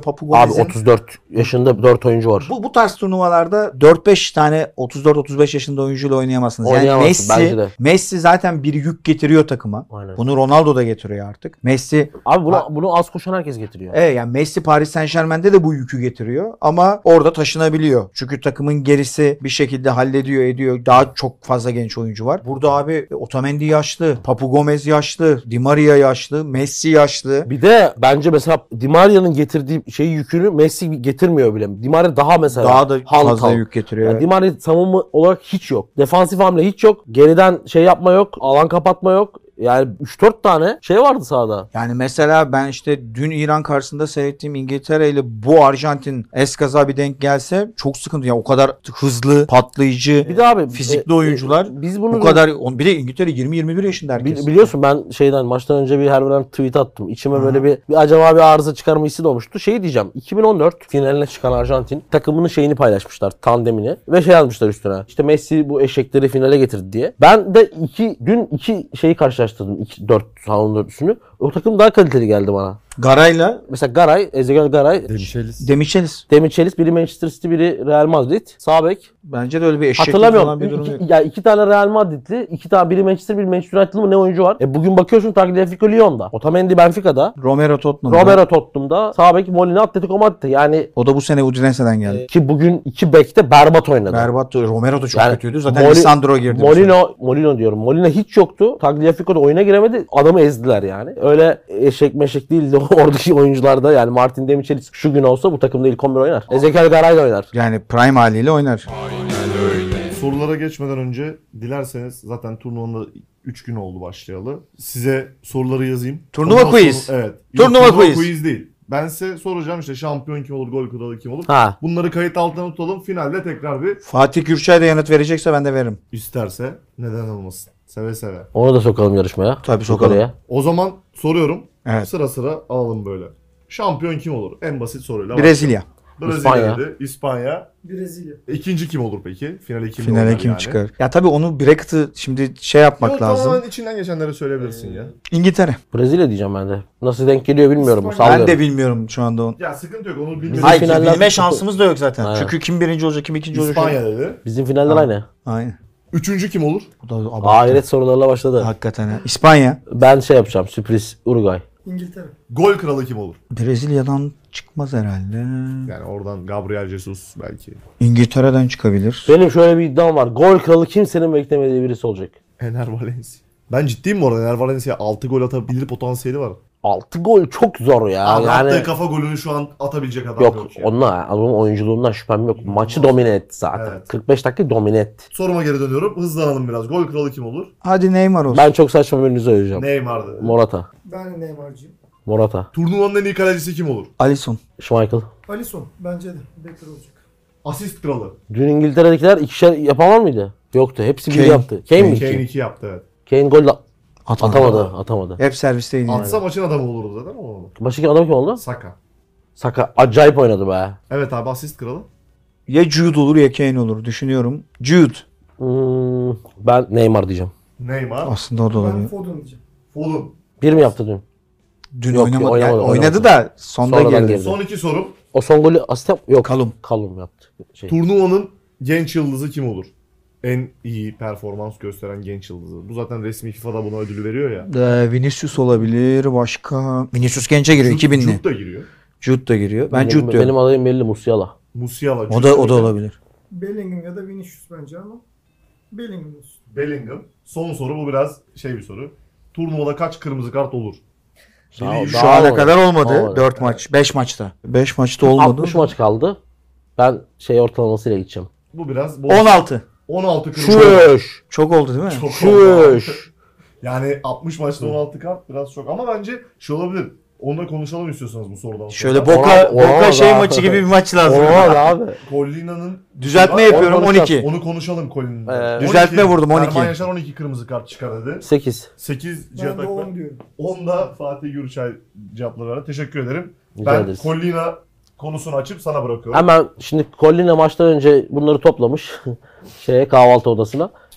Papu Abi Gomez'in otuz dört yaşında dört oyuncu var. bu, bu tarz turnuvalarda dört beş tane otuz dört otuz beş yaşında oyuncuyla oynayamazsınız. Yani Oynayamazsın, bence Messi, de. Messi zaten bir yük getiriyor takıma. Aynen. Bunu Ronaldo da getiriyor artık. Messi Abi bunu, Ha- bunu az koşan herkes getiriyor. Evet yani Messi Paris Saint-Germain'de de bu yükü getiriyor ama orada taşınabiliyor. Çünkü takımın gerisi bir şekilde hallediyor, ediyor. Daha çok fazla genç oyuncu var. Burada abi Otamendi yaşlı, Papu Gomez yaşlı, Di Maria yaşlı, Messi yaşlı. Bir de bence mesela Di Maria'nın getirdiği şey yükünü Messi getirmiyor bile. Di Maria daha mesela Daha da hantal. fazla yük getiriyor. Yani Di Maria savunma olarak hiç yok. Defansif hamle hiç yok. Geriden şey yapma yok. Alan kapatma yok. Yani üç dört tane şey vardı sahada. Yani mesela ben işte dün İran karşısında seyrettiğim İngiltere ile bu Arjantin eskaza bir denk gelse çok sıkıntı. Yani o kadar hızlı, patlayıcı, Bir de abi fizikli e, oyuncular. e, biz bunu bu kadar bir de İngiltere yirmi yirmi bir yaşında herkes. Bil- biliyorsun ben şeyden maçtan önce bir Herman tweet attım. İçime Aha. böyle bir, bir acaba bir arıza çıkarma hissi de olmuştu. Şey diyeceğim. iki bin on dört finaline çıkan Arjantin takımının şeyini paylaşmışlar. Tandemini. Ve şey yazmışlar üstüne. İşte Messi bu eşekleri finale getirdi diye. Ben de iki dün iki şeyi karşılaştırdım. iki dört sağın dörtlüsünü. O takım daha kaliteli geldi bana. Garay'la Mesela Garay, Ezekiel Garay, Demichelis. Demichelis. Demichelis, biri Manchester City, biri Real Madrid. Sağ bek. Bence de öyle bir eşeklik Hatırlamıyorum. falan bir durum yok. İki, ya iki tane Real Madrid'li, iki tane biri Manchester, biri Manchester United'lı mı ne oyuncu var? E bugün bakıyorsun Tagliafico Lyon'da. Otamendi Benfica'da. Romero Tottenham'da. Romero Tottenham'da. Sağ bek Molina Atletico Madrid'de. Yani O da bu sene Udinese'den geldi. e, ki bugün iki bekte berbat oynadı. Berbat. Romero da çok Yani kötüydü. Zaten Moli- Lisandro girdi. bu sene. Molino, Molino diyorum. Molina hiç yoktu. Tagliafico da oyuna giremedi. Adamı ezdiler yani. Öyle eşek meşek değildi oradaki oyuncularda. Yani Martin Demichelis şu gün olsa bu takımda ilk on bir oynar. Ezekiel Garay da oynar. Yani prime haliyle oynar. Aynen öyle. Sorulara geçmeden önce dilerseniz zaten turnuvanın da üç gün oldu başlayalı. Size soruları yazayım. Turnuva Ondan quiz. sonra- evet. Turnuva Yok, quiz. quiz değil. Ben size soracağım işte şampiyon kim olur, gol kralı kim olur. Ha. Bunları kayıt altına tutalım. Finalde tekrar bir Fatih Gürçay da yanıt verecekse ben de veririm. isterse neden olmasın. Seve seve. Onu da sokalım yarışmaya. Tabii sokalım. Yukarıya. O zaman soruyorum. Evet. Sıra sıra alalım böyle. Şampiyon kim olur? En basit soruyla. Brezilya. Brezilya İspanya. dedi. İspanya. Brezilya. İkinci kim olur peki? Finale kim Finale oynar kim yani? çıkar? Ya tabii onu bracket'ı şimdi şey yapmak Yok, lazım. tamamen içinden geçenleri söyleyebilirsin ya. İngiltere. Brezilya diyeceğim ben de. Nasıl denk geliyor bilmiyorum. İspanya. Sallıyorum. Ben de bilmiyorum şu anda onu. Ya sıkıntı yok onu bilmedim. Bizim Hayır finaller- bilme şansımız da yok zaten. Aynen. Çünkü kim birinci olacak kim ikinci olacak. İspanya dedi. Bizim finaller aynı. Aynen. Üçüncü kim olur? Bu da abartı. Ahiret sorularla başladı. Hakikaten ha. İspanya. Ben şey yapacağım. Sürpriz Uruguay. İngiltere. Gol kralı kim olur? Brezilya'dan çıkmaz herhalde. Yani oradan Gabriel Jesus belki. İngiltere'den çıkabilir. Benim şöyle bir iddiam var. Gol kralı kimsenin beklemediği birisi olacak. Ener Valencia. Ben ciddiyim bu arada. Ener Valencia altı gol atabilir potansiyeli var. altı gol çok zor ya. Abi yani attığı kafa golünü şu an atabilecek adam yok. yok ya. Onunla adamın oyunculuğundan şüphem yok. Maçı domine etti zaten. Evet. kırk beş dakika domine etti. Soruma geri dönüyorum. Hızlanalım biraz. Gol kralı kim olur? Hadi Neymar olsun. Ben çok saçma birini söyleyeceğim. Neymar dedi. Morata. Ben de Neymar'cıyım. Morata. Turnuvanın en iyi kalecisi kim olur? Alisson. Schmeichel. Alisson. Bence de. Bekler olacak. Asist kralı. Dün İngiltere'dekiler ikişer yapan var mıydı? Yoktu. Hepsi bir Kane. yaptı. Kane mi Kane iki? iki yaptı evet. Kane gol de- Atamadı. atamadı. Atamadı. Hep servisteydi. yani. Atsa maçın adamı olurdu zaten ama olmadı. Başka adam kim oldu? Saka. Saka acayip oynadı be. Evet abi asist kralı. Ya Jude olur ya Kane olur. Düşünüyorum. Jude. Hmm, ben Neymar diyeceğim. Neymar. Aslında o da Ben olabilir. Foden diyeceğim. Foden. Bir mi yaptı dün? Dün Yok, oynamadı. oynamadı, Yani oynamadı. oynadı da sonda Sonradan girdi. girdi. Son iki sorum. O son golü asist yap- yok. Kalım. Kalım yaptı. Şey. Turnuvanın genç yıldızı kim olur? En iyi performans gösteren genç yıldızı. Bu zaten resmi FIFA'da buna ödülü veriyor ya. Ee, Vinicius olabilir. Başka. Vinicius gençe giriyor. Jude- iki binli. Jude da giriyor. Jude da giriyor. Ben benim, Jude diyorum. benim adayım belli Musiala. Musiala. O da o da olabilir. Bellingham ya da Vinicius bence ama Bellingham olsun. Bellingham. Son soru bu biraz şey bir soru. Turnuvada kaç kırmızı kart olur? Sağ ol, Biri- Şu Daha ana olmadı. kadar olmadı. Olmadı. dört maç. beş maçta. beş maçta olmadı. altmış maç kaldı. Ben şey ortalamasıyla gideceğim. Bu biraz on altı. on altı kırmızı. Şuş. Çok oldu değil mi? Çok oldu. Şuş. Yani altmış maçta on altı kart biraz çok ama bence şey olabilir. Onu da konuşalım istiyorsanız bu sorudan sonra. Şöyle Ona- Boca, ona Boca şey da- maçı gibi bir maç lazım. Olmaz abi. Collina'nın Düzeltme Onu yapıyorum on konuşacağız. iki. Onu konuşalım Collina'nın. Ee, Düzeltme vurdum, on iki. Erman Yaşar on iki kırmızı kart çıkar dedi. sekiz. sekiz Ben Cihat de Akber. on diyorum. on da Fatih Gürçay cevapları verdi. Teşekkür ederim. Rica ben ederiz. Collina konusunu açıp sana bırakıyorum. Hemen şimdi Collina maçtan önce bunları toplamış şeye kahvaltı odasına.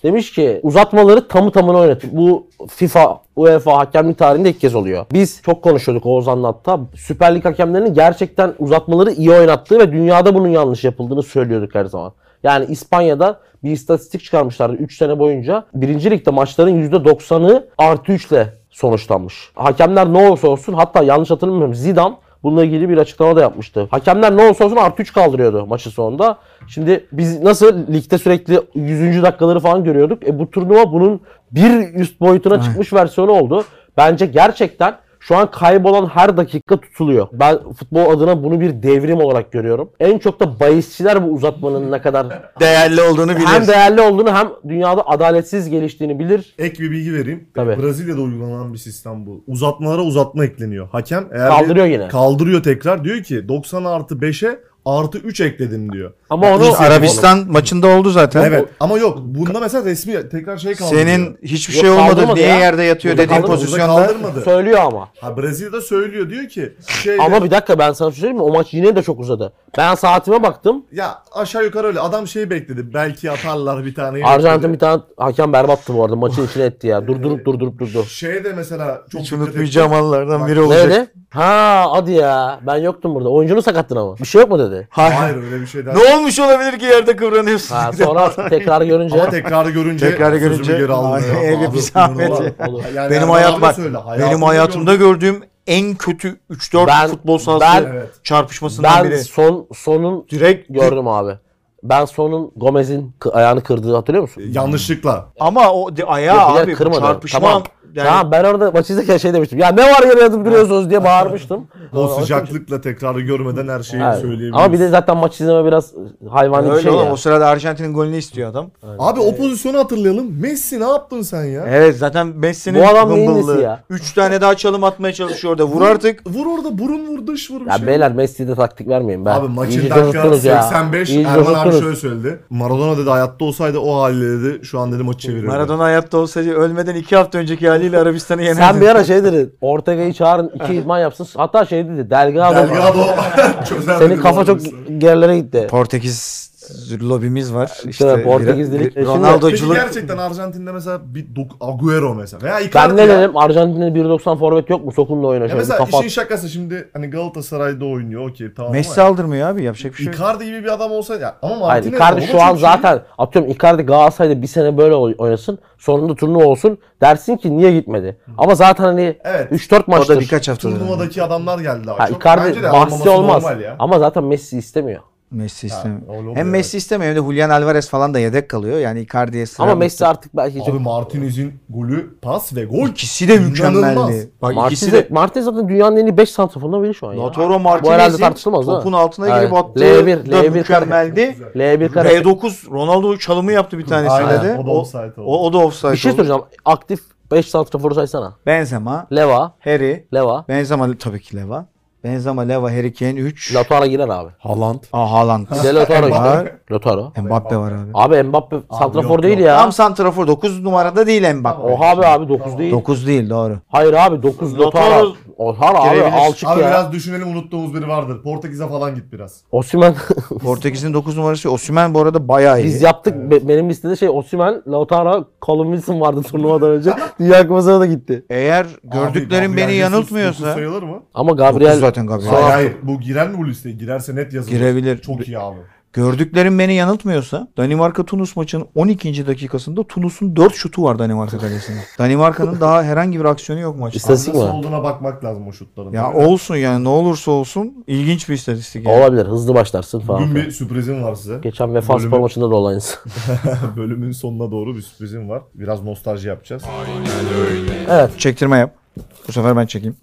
Demiş ki uzatmaları tamı tamına oynatın. Bu FIFA, UEFA hakemlik tarihinde ilk kez oluyor. Biz çok konuşuyorduk Oğuzhan'la hatta. Süper Lig hakemlerinin gerçekten uzatmaları iyi oynattığı ve dünyada bunun yanlış yapıldığını söylüyorduk her zaman. Yani İspanya'da bir istatistik çıkarmışlardı üç sene boyunca. Birinci Lig'de maçların yüzde doksanı artı üç ile sonuçlanmış. Hakemler ne olursa olsun, hatta yanlış hatırlamıyorum, Zidane bununla ilgili bir açıklama da yapmıştı. Hakemler ne olursa olsun artı üç kaldırıyordu maçın sonunda. Şimdi biz nasıl ligde sürekli yüzüncü dakikaları falan görüyorduk. E bu turnuva bunun bir üst boyutuna çıkmış versiyonu oldu. Bence gerçekten şu an kaybolan her dakika tutuluyor. Ben futbol adına bunu bir devrim olarak görüyorum. En çok da bahisçiler bu uzatmanın ne kadar Değerli olduğunu bilir. hem değerli olduğunu hem dünyada adaletsiz geliştiğini bilir. Ek bir bilgi vereyim. Tabii. Brezilya'da uygulanan bir sistem bu. Uzatmalara uzatma ekleniyor. Hakem eğer Kaldırıyor bir- yine. Kaldırıyor tekrar. Diyor ki doksan artı beşe artı üç ekledim diyor. Ama onu Biz Arabistan maçında oldu zaten. Evet ama yok. Bunda mesela resmi tekrar şey kaldırıyor. Senin hiçbir Yok, şey olmadı, kaldırmadı niye ya. yerde yatıyor Burada dediğin kaldırmadı. Burada pozisyonda. kaldırmadı. söylüyor ama. Ha Brezilya'da söylüyor diyor ki şeyde, Ama bir dakika, ben sana bir şey söyleyeyim mi? O maç yine de çok uzadı. Ben saatime baktım. ya aşağı yukarı öyle. Adam şeyi bekledi. Belki atarlar bir tane. Arjantin bir tane hakem berbattı bu arada. Maçın içine etti ya. Durdurup durdurup durdu. Şeyde mesela çok Hiç dikkat unutmayacağım ettim. anlardan biri Ne olacak. dedi? Ha hadi ya. Ben yoktum burada. Oyuncunun sakattın ama. Bir şey yok mu dedi? Hayır öyle bir şey değil. Ne olmuş olabilir ki yerde kıvranıyorsun? Ha, sonra tekrar görünce. Ama tekrarı görünce Tekrarı sözümü görünce geri aldım. Ay, ya. öyle Abi, bir zahmet inanılmaz. ya. Olur. Yani Benim Erman hayat abi bak. söyle, Benim hayatımda gördüğüm en kötü üç dört Ben- futbol sahası ben- Evet. çarpışmasından Ben biri. son sonun Direkt gördüm abi. Ben sonun Gomez'in kı- ayağını kırdığı hatırlıyor musun? Yanlışlıkla. ama o de, ayağı Yok, bir de abi kırmadı. çarpışma. Tamam. Yani Tamam, ben orada maçı izlerken şey demiştim. Ya ne var yere yatıp duruyorsunuz diye bağırmıştım. O sıcaklıkla tekrarı görmeden her şeyi Evet. söyleyebiliriz. Ama bir de zaten maç izleme biraz hayvani bir öyle şey oğlum, ya. o sırada Arjantin'in golünü istiyor adam. Abi o pozisyonu hatırlayalım. Messi ne yaptın sen ya? Evet zaten Messi'nin Bu adam neyin hımbıllığı. nesi ya? üç tane daha çalım atmaya çalışıyor orada. Vur artık. Vur orada burun vur dış vur bir Ya şey. beyler, Messi'ye de taktik vermeyin. Ben Abi maçın İyice dakika coştunuz ya. seksen beş İyice Erman abi coştunuz. şöyle söyledi. Maradona dedi hayatta olsaydı o haliyle dedi şu an dedi maçı çevirirdi. Maradona hayatta olsaydı ölmeden iki hafta önceki haliyle Arabistan'ı yenerdi. Sen bir ara şey dedin. Ortega'yı çağırın, iki idman yapsın. Hatta şey dedi. Delgado. Delgado çözer Senin dedi kafa bu çok arada. gerilere gitti. Portekiz lobimiz var. İşte, İşte Portekiz dedik. Peki Ronaldo'culuk. gerçekten Arjantin'de mesela bir Dok- Agüero mesela veya Ben Icardi ne ya. dedim? Arjantin'de bir doksan forvet yok mu? Sokunla oyna Ya şöyle. mesela Kafa işin şakası şimdi hani Galatasaray'da oynuyor okey tamam Messi ama aldırmıyor abi, yapacak bir şey yok. Icardi gibi bir adam olsaydı ya ama Hayır, Martinez Icardi o da şu an çok iyi. zaten atıyorum, Icardi Galatasaray'da bir sene böyle oy- oynasın. Sonunda turnuva olsun. Dersin ki niye gitmedi? Ama zaten hani Evet. üç dört O da maçtır. birkaç haftadır. Turnuvadaki adamlar geldi daha Ha, çok. Icardi Bence de bahsi almaması olmaz. normal ya. Ama zaten Messi istemiyor. Messi istemiyor. öyle oluyor Hem evet. Messi istemiyor hem de Julian Alvarez falan da yedek kalıyor. Yani Icardi'ye sıra. Ama Messi artık belki Abi çok... Martinez'in golü, pas ve gol. İkisi de mükemmeldi. İnanılmaz. Bak Martinez, ikisi de. Martinez zaten dünyanın en iyi beş santraforundan biri şu an ya. Lautaro Bu herhalde Martinez'in tartışılmaz değil mi? topun altına Evet. girip attığı L bir, da L bir mükemmeldi. L bir kare. B dokuz Ronaldo çalımı yaptı bir tanesinde Aynen, de. o da O, offside oldu. o, o da offside Bir şey oldu. soracağım. Aktif beş santraforu saysana. Benzema, Leva, Harry, Leva. Benzema tabii ki Leva. Benzema, Leva, Harry Kane üç. Lautaro girer abi. Haaland. Aa Haaland. Bir de Lautaro Var. girer. Lautaro. Mbappe var abi. Abi Mbappe santrafor yok, değil yok. ya. Tam santrafor dokuz numarada değil Mbappe. Oha abi abi dokuz değil. dokuz değil doğru. Hayır abi dokuz Lautaro Lautaro. Oha abi girebilir. alçık Abi ya. biraz düşünelim unuttuğumuz biri vardır. Portekiz'e falan git biraz. Osimhen. Portekiz'in dokuz numarası Osimhen bu arada bayağı iyi. Biz yaptık. Be- benim listede şey Osimhen, Lautaro, Callum Wilson vardı turnuvadan önce. Dünya Kupası'na da gitti. Eğer Abi, gördüklerim Gabriel beni Jesus yanıltmıyorsa dokuz sayılır mı? Ama dokuz Gabriel zaten Gabriel. Sonra- Hayır hayır. Bu girer mi bu listeye? Girerse net yazılır. Girebilir. Çok iyi abi. Gördüklerim beni yanıltmıyorsa Danimarka-Tunus maçının on ikinci dakikasında Tunus'un dört şutu var Danimarka kalesinde. Danimarka'nın daha herhangi bir aksiyonu yok maçta. İstatistik Nasıl mi? olduğuna bakmak lazım o şutların. Ya Tabii. olsun yani ne olursa olsun ilginç bir istatistik. Yani. olabilir. Hızlı başlarsın falan. Bugün bir sürprizim var size. Geçen Vefa Bölümü- Spor maçında da olayınız. Bölümün sonuna doğru bir sürprizim var. Biraz nostalji yapacağız. Aynen öyle. Evet. Çektirme yap. Bu sefer ben çekeyim.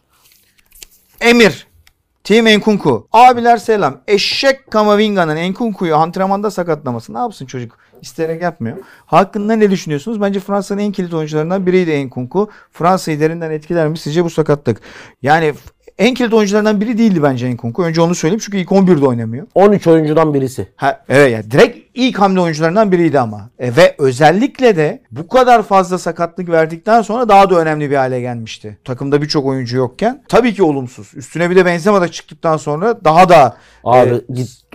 Emir. Team Enkunku. Abiler selam. Eşek Kamavinga'nın Enkunku'yu antrenmanda sakatlaması. Ne yapsın çocuk? İsteyerek yapmıyor. Hakkında ne düşünüyorsunuz? Bence Fransa'nın en kilit oyuncularından biriydi Enkunku. Fransa'yı derinden etkiler mi sizce bu sakatlık? Yani en kilit oyuncularından biri değildi bence Enkunku. Önce onu söyleyeyim çünkü ilk on birde oynamıyor. on üç oyuncudan birisi. Ha, evet yani direkt ilk hamle oyuncularından biriydi ama. E, ve özellikle de bu kadar fazla sakatlık verdikten sonra daha da önemli bir hale gelmişti. Takımda birçok oyuncu yokken. Tabii ki olumsuz. Üstüne bir de Benzema da çıktıktan sonra daha da Abi e, git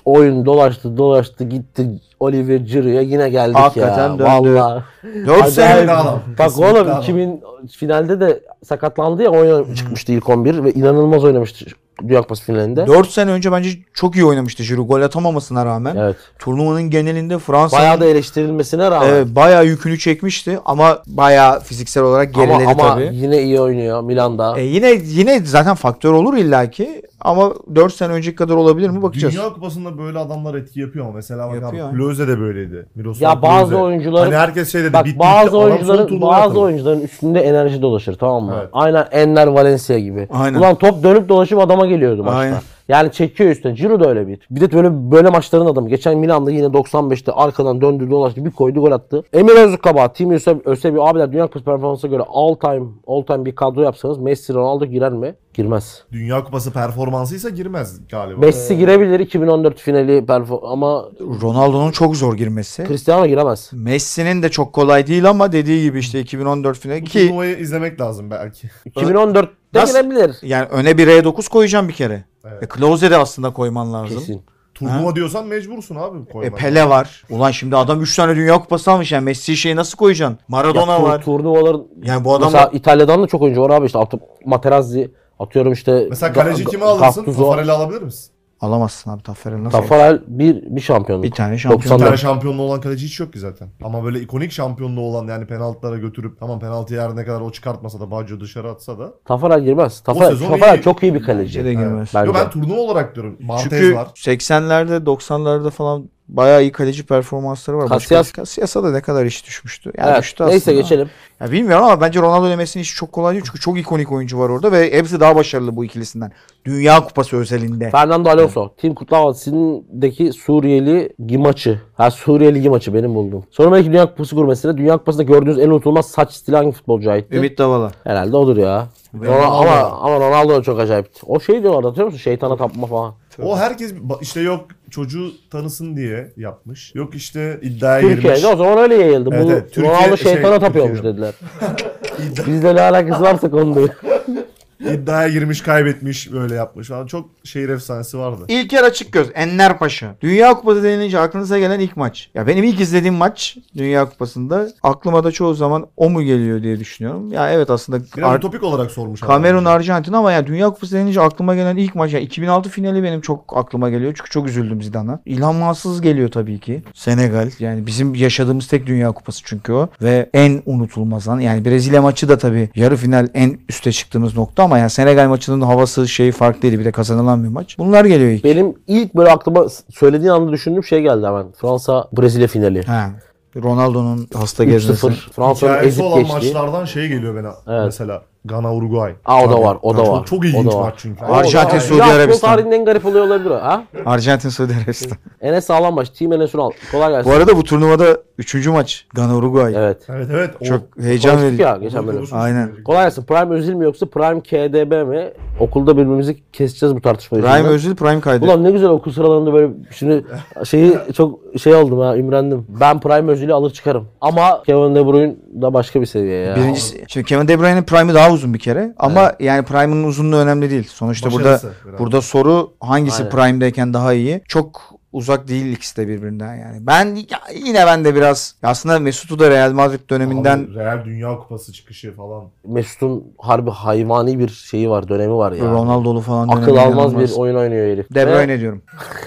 oyun dolaştı dolaştı gitti Olivier Giroud'a yine geldik Hakikaten ya. döndü. Vallahi. dört sene Acayip. adam. Bak Kesinlikle oğlum adam. iki bin finalde de sakatlandı ya oyuna çıkmıştı ilk on bir ve inanılmaz oynamıştı Dünya Kupası finalinde. dört sene önce bence çok iyi oynamıştı Giroud. Gol atamamasına rağmen. Evet. Turnuvanın genelinde Fransa'nın Bayağı da eleştirilmesine rağmen. evet, bayağı yükünü çekmişti ama bayağı fiziksel olarak ama geriledi ama tabii. yine iyi oynuyor Milan'da. E yine yine zaten faktör olur illaki ama dört sene önceki kadar olabilir mi bakacağız. Dünya Kupası'nda böyle adamlar etki yapıyor ama mesela bak Yapıyor, abi Klose de böyleydi. Miroslav Ya bazı Klose. oyuncuların Hani herkes şey dedi bak bitti, bazı bitti. Adam son oyuncuların turnuva bazı yaptı. oyuncuların üstünde enerji dolaşır tamam mı? Evet. Aynen Enner Valencia gibi. Aynen. Ulan top dönüp dolaşıp adama geliyordu maçta. Aynen. Yani çekiyor üstüne. Giroud da öyle bir. Bir de böyle böyle maçların adamı. Geçen Milan'da yine doksan beşte arkadan döndü dolaştı bir koydu gol attı. Emir Özkaba, Tim Ösebi abiler Dünya Kupası performansına göre all time all time bir kadro yapsanız Messi Ronaldo girer mi? Girmez. Dünya Kupası performansıysa girmez galiba. Messi girebilir iki bin on dört finali perform ama Ronaldo'nun çok zor girmesi. Cristiano giremez. Messi'nin de çok kolay değil ama dediği gibi işte iki bin on dört finali Bu ki turnuvayı izlemek lazım belki. iki bin on dörtte Nasıl- girebilir. yani öne bir R dokuz koyacağım bir kere. Evet. E, Klose de aslında koyman lazım. Kesin. Turnuva diyorsan mecbursun abi E, koymaya. Pele var. Ulan şimdi adam üç tane Dünya Kupası almış yani Messi'yi şeyi nasıl koyacaksın? Maradona Ya tur- var. Turnuvaların Yani bu adam mesela İtalya'dan da çok oyuncu var abi işte atıp Materazzi atıyorum işte. Mesela Ga- kaleci Ga- kimi alırsın? Gattuso. Tafarel'i alabilir misin? alamazsın abi Taffarel nasıl? Tafarel bir bir şampiyonluk. Bir tane Bir şampiyon. tane şampiyonluğu olan kaleci hiç yok ki zaten. Ama böyle ikonik şampiyonluğu olan yani penaltılara götürüp tamam penaltıyı her ne kadar o çıkartmasa da Baggio dışarı atsa da. Tafarel girmez. Tafarel, sezon Tafarel iyi. çok iyi bir kaleci. Bence de girmez. Bence. Yo, ben turnuva olarak diyorum. Martez Çünkü var. seksenlerde doksanlarda falan bayağı iyi kaleci performansları var. Başka- Casillas- Casillas'a da ne kadar iş düşmüştü. Yani Evet, düştü neyse aslında. geçelim. Ya bilmiyorum ama bence Ronaldo ile Messi'nin işi çok kolay değil. Çünkü çok ikonik oyuncu var orada ve hepsi daha başarılı bu ikilisinden. Dünya Kupası özelinde. Fernando Alonso. Tim Kutlavassi'ndeki Suriyeli Gimaçı. Ha Suriyeli Gimaçı benim bulduğum. Sonra belki Dünya Kupası gurmesine. Dünya Kupası'nda gördüğünüz en unutulmaz saç stili hangi futbolcu aitti? Ümit Davala. Herhalde odur ya. Ronaldo. Ama, ama Ronaldo da çok acayipti. O şey diyorlar hatırlıyor musun? Şeytana tapma falan. O herkes ba- işte yok çocuğu tanısın diye yapmış. Yok işte iddiaya girmiş. Türkiye'de o zaman öyle yayıldı. Evet, Bu evet. Türkiye- Ronaldo şey, şeytana tapıyormuş Türkiye'de. dediler. Bizle ne alakası varsa konu değil. İddiaya girmiş, kaybetmiş, böyle yapmış falan. Çok şehir efsanesi vardı. İlker Açıkgöz, Enner Paşa. Dünya Kupası denilince aklınıza gelen ilk maç. Ya benim ilk izlediğim maç Dünya Kupası'nda aklıma da çoğu zaman o mu geliyor diye düşünüyorum. Ya evet aslında Biraz Ar- ütopik olarak sormuş. Kamerun adam. Arjantin ama ya Dünya Kupası denince aklıma gelen ilk maç ya iki bin altı finali benim çok aklıma geliyor. Çünkü çok üzüldüm Zidane'a. İlhan Mansız geliyor tabii ki. Senegal yani bizim yaşadığımız tek Dünya Kupası çünkü o ve en unutulmaz an. Yani Brezilya maçı da tabii yarı final en üste çıktığımız nokta ama yani Senegal maçının havası şeyi farklıydı. Bir de kazanılan bir maç. Bunlar geliyor ilk. Benim ilk böyle aklıma söylediğin anda düşündüğüm şey geldi hemen. Fransa Brezilya finali. Ha. Ronaldo'nun hasta üç gezmesi. sıfır. Fransa'nın Hikayesi ezip olan geçti. maçlardan şey geliyor bana. Evet. Mesela Gana Uruguay. Aa o da Tabii. var, o da Yani var. Çok, çok O ilginç da var. maç çünkü. Ar- Arjantin, Ya, Suudi ya, Arabistan. futbol tarihinin en garip olayı olabilir o. Ha? Arjantin Suudi Arabistan. Enes sağlam maç. Team Enes Ünal. Kolay gelsin. Bu arada bu turnuvada üçüncü maç. Gana Uruguay. Evet. Evet evet. O- Çok heyecan Konuştuk verici. ya geçen bölüm. Aynen. Kolay gelsin. Prime Özil mi yoksa Prime K D B mi? Okulda birbirimizi keseceğiz bu tartışmayı. Prime yüzünden. Özil Prime kaydı. Ulan ne güzel okul sıralarında böyle şimdi şeyi çok şey oldum ha imrendim. Ben Prime Özil'i alır çıkarım. Ama Kevin De Bruyne da başka bir seviye ya. Birincisi, şimdi Kevin De Bruyne'in prime'ı daha uzun bir kere ama yani prime'ının uzunluğu önemli değil. Sonuçta Başarısı burada biraz. burada soru hangisi Aynen. prime'deyken daha iyi? Çok uzak değil ikisi de birbirinden yani. Ben ya yine ben de biraz aslında Mesut'u da Real Madrid döneminden Abi, Real Dünya Kupası çıkışı falan. Mesut'un harbi hayvani bir şeyi var, dönemi var ya. Ronaldo'lu falan Akıl dönemi almaz inanılmaz. bir oyun oynuyor herif. De Ve Bruyne diyorum.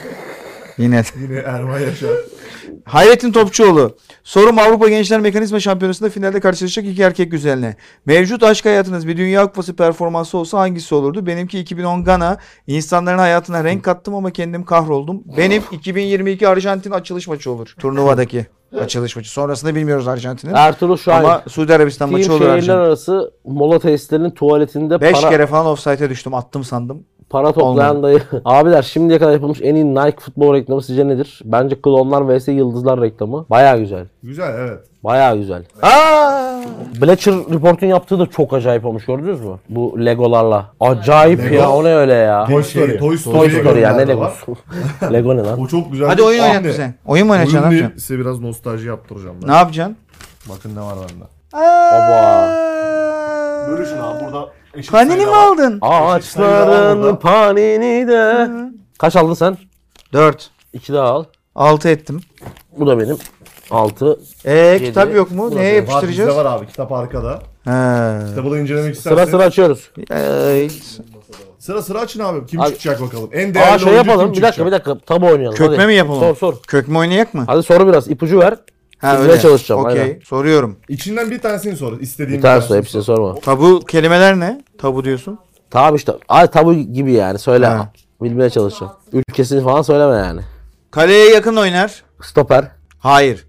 Yine. Yine Erman Yaşar. Hayrettin Topçuoğlu. Sorum Avrupa Gençler Mekanizma Şampiyonası'nda finalde karşılaşacak iki erkek güzeline. Mevcut aşk hayatınız bir Dünya Kupası performansı olsa hangisi olurdu? Benimki iki bin on Gana. İnsanların hayatına renk kattım ama kendim kahroldum. Benim iki bin yirmi iki Arjantin açılış maçı olur. Turnuvadaki açılış maçı. Sonrasında bilmiyoruz Arjantin'in. Ertuğrul Şahin. Ama Suudi Arabistan Team maçı olur şehirler Arjantin. arası mola tesislerinin tuvaletinde Beş para, kere falan offside'e düştüm. Attım sandım. para toplayan Olmadı. dayı. Abiler şimdiye kadar yapılmış en iyi Nike futbol reklamı sizce nedir? Bence klonlar vs yıldızlar reklamı. Baya güzel. Güzel evet. Baya güzel. Aa! Bleacher Report'un yaptığı da çok acayip olmuş gördünüz mü? Bu Legolarla. Acayip Lego. ya o ne öyle ya? Toy Story. Toy Toy Story'ye Story ya ne gönderdi var. Legosu? Lego ne lan? O çok güzel. Hadi oyun Anne, oynat bize. Oyun mu oynatacaksın? Ne Oyun değil, yapacaksın? size biraz nostalji yaptıracağım ben. Ne yapacaksın? Bakın ne var bende. Baba. Bölüşün abi burada eşit Panini sayıda mi var. aldın? Ağaçların burada. panini de. Kaç aldın sen? Dört. iki daha al. altı ettim. Bu da benim. altı. Eee kitap yok mu? Bu da Neye benim. Var, yapıştıracağız? bizde var abi. Kitap arkada. He. Kitabı da incelemek Sıra isterseniz. sıra açıyoruz. Ee, Sıra sıra açın abi. Kim Abi- çıkacak bakalım. En değerli Aa şey oyuncu yapalım. kim Bir dakika bir çıkacak? dakika. Tabu oynayalım. Kökme Hadi. mi yapalım? Sor sor. Kök mü oynayak mı? Hadi soru biraz. İpucu ver. Ha Bilmeye öyle. çalışacağım, Okey. aynen. Soruyorum. İçinden bir tanesini sor. İstediğin Bir tane tanesini sor. Hepsini sorma. Tabu kelimeler ne? Tabu diyorsun. Tamam işte. Ay tabu gibi yani. Söyle. Ha. Bilmeye çalışacağım. Ülkesini falan söyleme yani. Kaleye yakın oynar. Stoper. Hayır.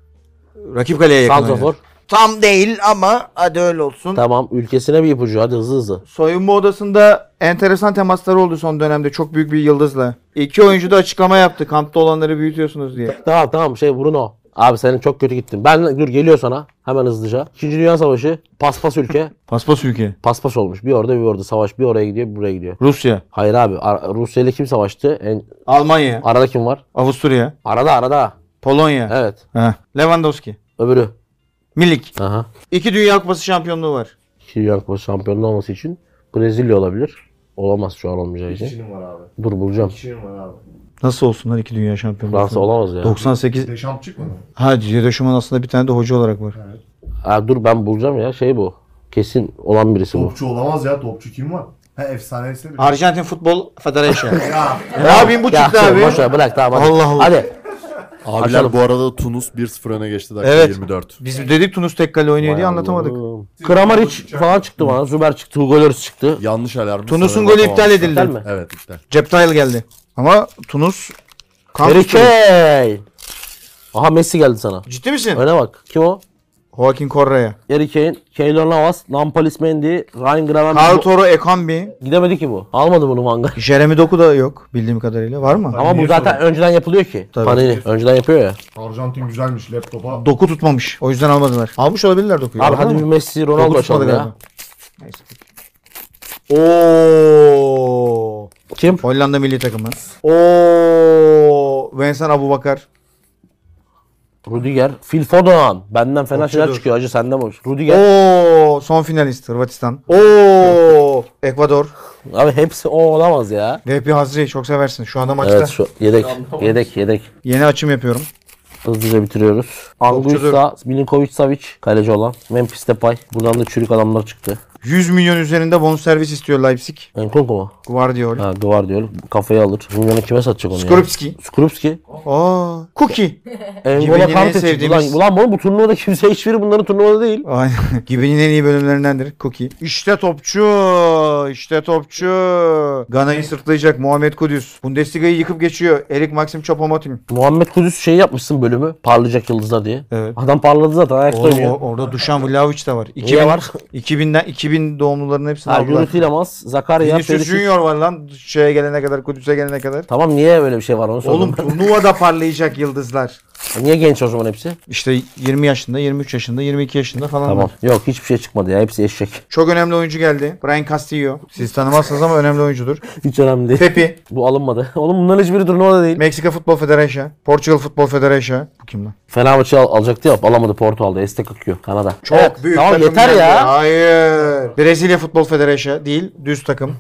Rakip kaleye yakın Santrafor. oynar. Tam değil ama hadi öyle olsun. Tamam. Ülkesine bir ipucu. Hadi hızlı hızlı. Soyunma odasında enteresan temasları oldu son dönemde çok büyük bir yıldızla. İki oyuncu da açıklama yaptı. Kampta olanları büyütüyorsunuz diye. Tamam tamam. Şey Bruno. Abi senin çok kötü gittin. Ben dur geliyor sana. Hemen hızlıca. İkinci Dünya Savaşı. Paspas ülke. Paspas ülke. Paspas olmuş. Bir orada bir orada savaş. Bir oraya gidiyor bir buraya gidiyor. Rusya. Hayır abi. Ar- Rusya ile kim savaştı? En... Almanya. Arada kim var? Avusturya. Arada arada. Polonya. Evet. Heh. Lewandowski. Öbürü. Milik. Aha. İki Dünya Kupası şampiyonluğu var. İki Dünya Kupası şampiyonu olması için Brezilya olabilir. Olamaz şu an olmayacağı için. Kişinin var abi. Dur bulacağım. Kişinin var abi. Nasıl olsunlar iki Dünya şampiyonluğu? Fransa olamaz ya. doksan sekiz. Deşamp çıkmadı. Ha Didier Deschamps aslında bir tane de hoca olarak var. Ha, dur ben bulacağım ya. Şey bu. Kesin olan birisi bu. Topçu olamaz ya. Topçu kim var? Ha efsanesi bir. Arjantin Futbol Federasyon. Ya. Ne yapayım bu Ya çıktı şey, abi. boş ver, bırak tamam hadi. Allah Allah. Hadi. Abiler Açalım. bu arada Tunus bir sıfır öne geçti dakika Evet. yirmi dört. Biz dedik Tunus tek kale oynuyor diye Vay anlatamadık. Allah'ım. Kramaric falan çıktı bana. Zuber çıktı. Hugo Lloris çıktı. Yanlış alarm. Tunus'un sanırım golü iptal atamamışlar. edildi. İptal mi? Evet iptal. Ceptail geldi. Ama Tunus kan Harry tutuyor. Kane. Aha Messi geldi sana. Ciddi misin? Öne bak. Kim o? Joaquin Correa. Harry Kane, Keylor Navas, Nampalys Mendy, Ryan Gravenberch. Carl Toro Ekambi. Gidemedi ki bu. Almadı bunu manga. Jeremy Doku da yok bildiğim kadarıyla. Var mı? Ama bu niye zaten sordun? önceden yapılıyor ki. Tabii. Panini önceden yapıyor ya. Arjantin güzelmiş laptopa. Doku tutmamış. O yüzden almadılar. Almış olabilirler Doku'yu. Abi Aldın hadi mı? bir Messi, Doku Ronaldo tutmadı açalım ya. galiba. Neyse. Oo. Kim? Hollanda milli takımı. Oo. Vincent Abubakar. Rudiger. Phil Foden. Benden fena Topçudur. şeyler çıkıyor. Acı senden boş. Rudiger. Oo. Son finalist Hırvatistan. Oo. Ekvador. Abi hepsi o olamaz ya. V P Hazri çok seversin. Şu anda maçta. Evet şu yedek. Yedek yedek. Yeni açım yapıyorum. Hızlıca bitiriyoruz. Anguissa, Milinkovic Savic kaleci olan. Memphis Depay. Buradan da çürük adamlar çıktı. yüz milyon üzerinde bonservis istiyor Leipzig. Enkunku mu? Guardiola. Ha duvar diyor. Kafayı alır. Milyonu kime satacak onu ya? Skorupski. Skorupski. Aa. Cookie. Engola Giben'in en Kante çıktı. sevdiğimiz- Ulan, ulan bu, bu turnuvada kimse hiçbiri bunların turnuvada değil. Aynen. Gibi'nin en iyi bölümlerindendir. Cookie. İşte topçu. İşte topçu. Gana'yı sırtlayacak Muhammed Kudüs. Bundesliga'yı yıkıp geçiyor. Erik Maxim Choupo-Moting. Muhammed Kudüs şey yapmışsın bölümü. Parlayacak yıldızlar diye. Evet. Adam parladı zaten ayakta Oğlum, oynuyor. o- orada Dušan Vlahović de var. Niye var? iki binden iki bin doğumluların hepsini Ha, aldılar. Yuri Tilemans, Zakaria, Vinicius Perisic. Junior var lan şeye gelene kadar, Kudüs'e gelene kadar. Tamam niye böyle bir şey var onu sordum. Oğlum turnuvada parlayacak yıldızlar. Niye genç o zaman hepsi? İşte yirmi yaşında, yirmi üç yaşında, yirmi iki yaşında falan Tamam. var. Yok hiçbir şey çıkmadı ya. Hepsi eşek. Çok önemli oyuncu geldi. Brian Castillo. Siz tanımazsınız ama önemli oyuncudur. Hiç önemli değil. Pepi. Bu alınmadı. Oğlum bunların hiçbiri turnuvada değil. Meksika Futbol Federasyon. Portugal Futbol Federasyon. Bu kim lan? Fenerbahçe al, alacaktı ya. Alamadı. Porto aldı. Estek akıyor. Kanada. Çok Evet, büyük Tamam takım yeter geldi. ya. Hayır. Brezilya Futbol Federasyon değil. Düz takım.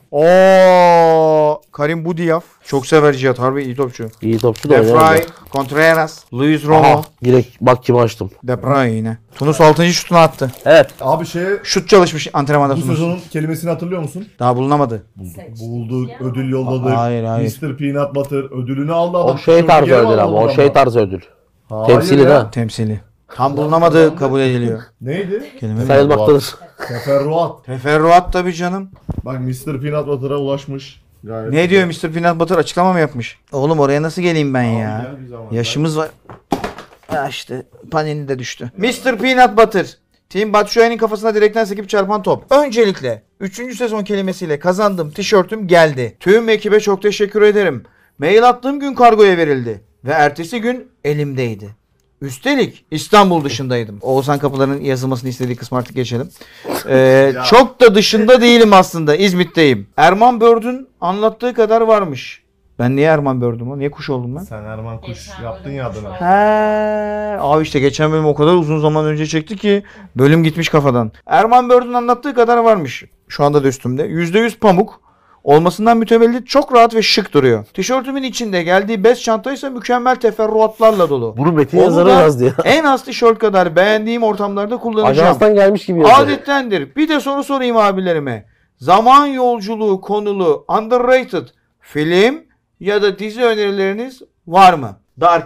Oo, Karim Budiyaf. Çok sever Cihat. Harbi iyi topçu. İyi topçu da De oynadı. Frey, Contreras, Luis Romo, Aha. Direkt bak kimi açtım. De Bruyne. Tunus altıncı şutunu attı. Evet. Abi şey Şut çalışmış antrenmanda bu Tunus. sezonun kelimesini hatırlıyor musun? Daha bulunamadı. Bulduk, ödül yolladık. Hayır, hayır. mister Peanut Butter ödülünü aldı adam. O şey Tişörtü tarzı geri ödül aldı ama. O adamdan. şey tarzı ödül. Hayır Temsili ya. de. Temsili. Tam bulunamadı kabul ediliyor. Neydi? Kelime mi? Sayılmaktadır. Teferruat. Teferruat tabii canım. Bak mister Peanut Butter'a ulaşmış. Gayet Ne diyor mister Peanut Butter açıklama mı yapmış? Oğlum oraya nasıl geleyim ben ya? gel bir zaman. Yaşımız var. Ya işte panini de düştü. mister Peanut Butter. Team Batshuayi'nin kafasına direkten sekip çarpan top. Öncelikle üçüncü sezon kelimesiyle kazandığım tişörtüm geldi. Tüm ekibe çok teşekkür ederim. Mail attığım gün kargoya verildi. Ve ertesi gün elimdeydi. Üstelik İstanbul dışındaydım. Oğuzhan Kapılar'ın yazılmasını istediği kısmı artık geçelim. Ee, çok da dışında değilim aslında. İzmit'teyim. Erman Bördün anlattığı kadar varmış. Ben niye Erman Bördüm o? Niye kuş oldum ben? Sen Erman Kuş Geçen yaptın bölüm ya kuş adına. oldu. He. Abi işte geçen bölüm o kadar uzun zaman önce çekti ki bölüm gitmiş kafadan. Erman Bördün anlattığı kadar varmış. Şu anda da üstümde. yüzde yüz pamuk. olmasından mütevellit çok rahat ve şık duruyor. Tişörtümün içinde geldiği bez çantaysa mükemmel teferruatlarla dolu. Bunu metin Onu yazarı da yazdı ya. en az tişört kadar beğendiğim ortamlarda kullanacağım. Ajanstan gelmiş gibi yazıyor. Adettendir. Bir de soru sorayım abilerime. Zaman yolculuğu konulu underrated film ya da dizi önerileriniz var mı? Dark.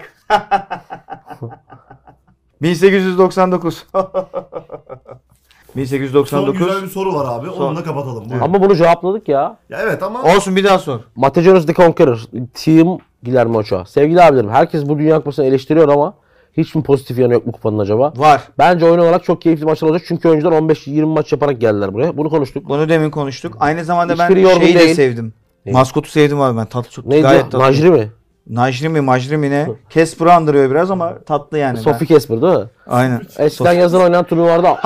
bin sekiz yüz doksan dokuz. bin sekiz yüz doksan Son dokuz. güzel bir soru var abi. Son. Onunla kapatalım. Buyurun. Ama bunu cevapladık ya. Ya evet ama Olsun bir daha sor. Mateus the Conqueror, Team Guillermo Ochoa. Sevgili abilerim, herkes bu Dünya Kupası'nı eleştiriyor ama hiç mi pozitif yanı yok bu kupanın acaba? Var. Bence oyun olarak çok keyifli maçlar olacak çünkü oyuncular on beş yirmi maç yaparak geldiler buraya. Bunu konuştuk. Bunu demin konuştuk. Aynı zamanda Hiçbiri ben yorgun şeyi de değil. sevdim. Ne? Maskotu sevdim abi ben. Tatlı çok Neydi? gayet tatlı. Najri mi? Najri mi, Majri mi ne? Casper'ı andırıyor biraz ama tatlı yani. Sophie Casper değil mi? Ben- Aynen. Eskiden yazın oynanan turnuvalarda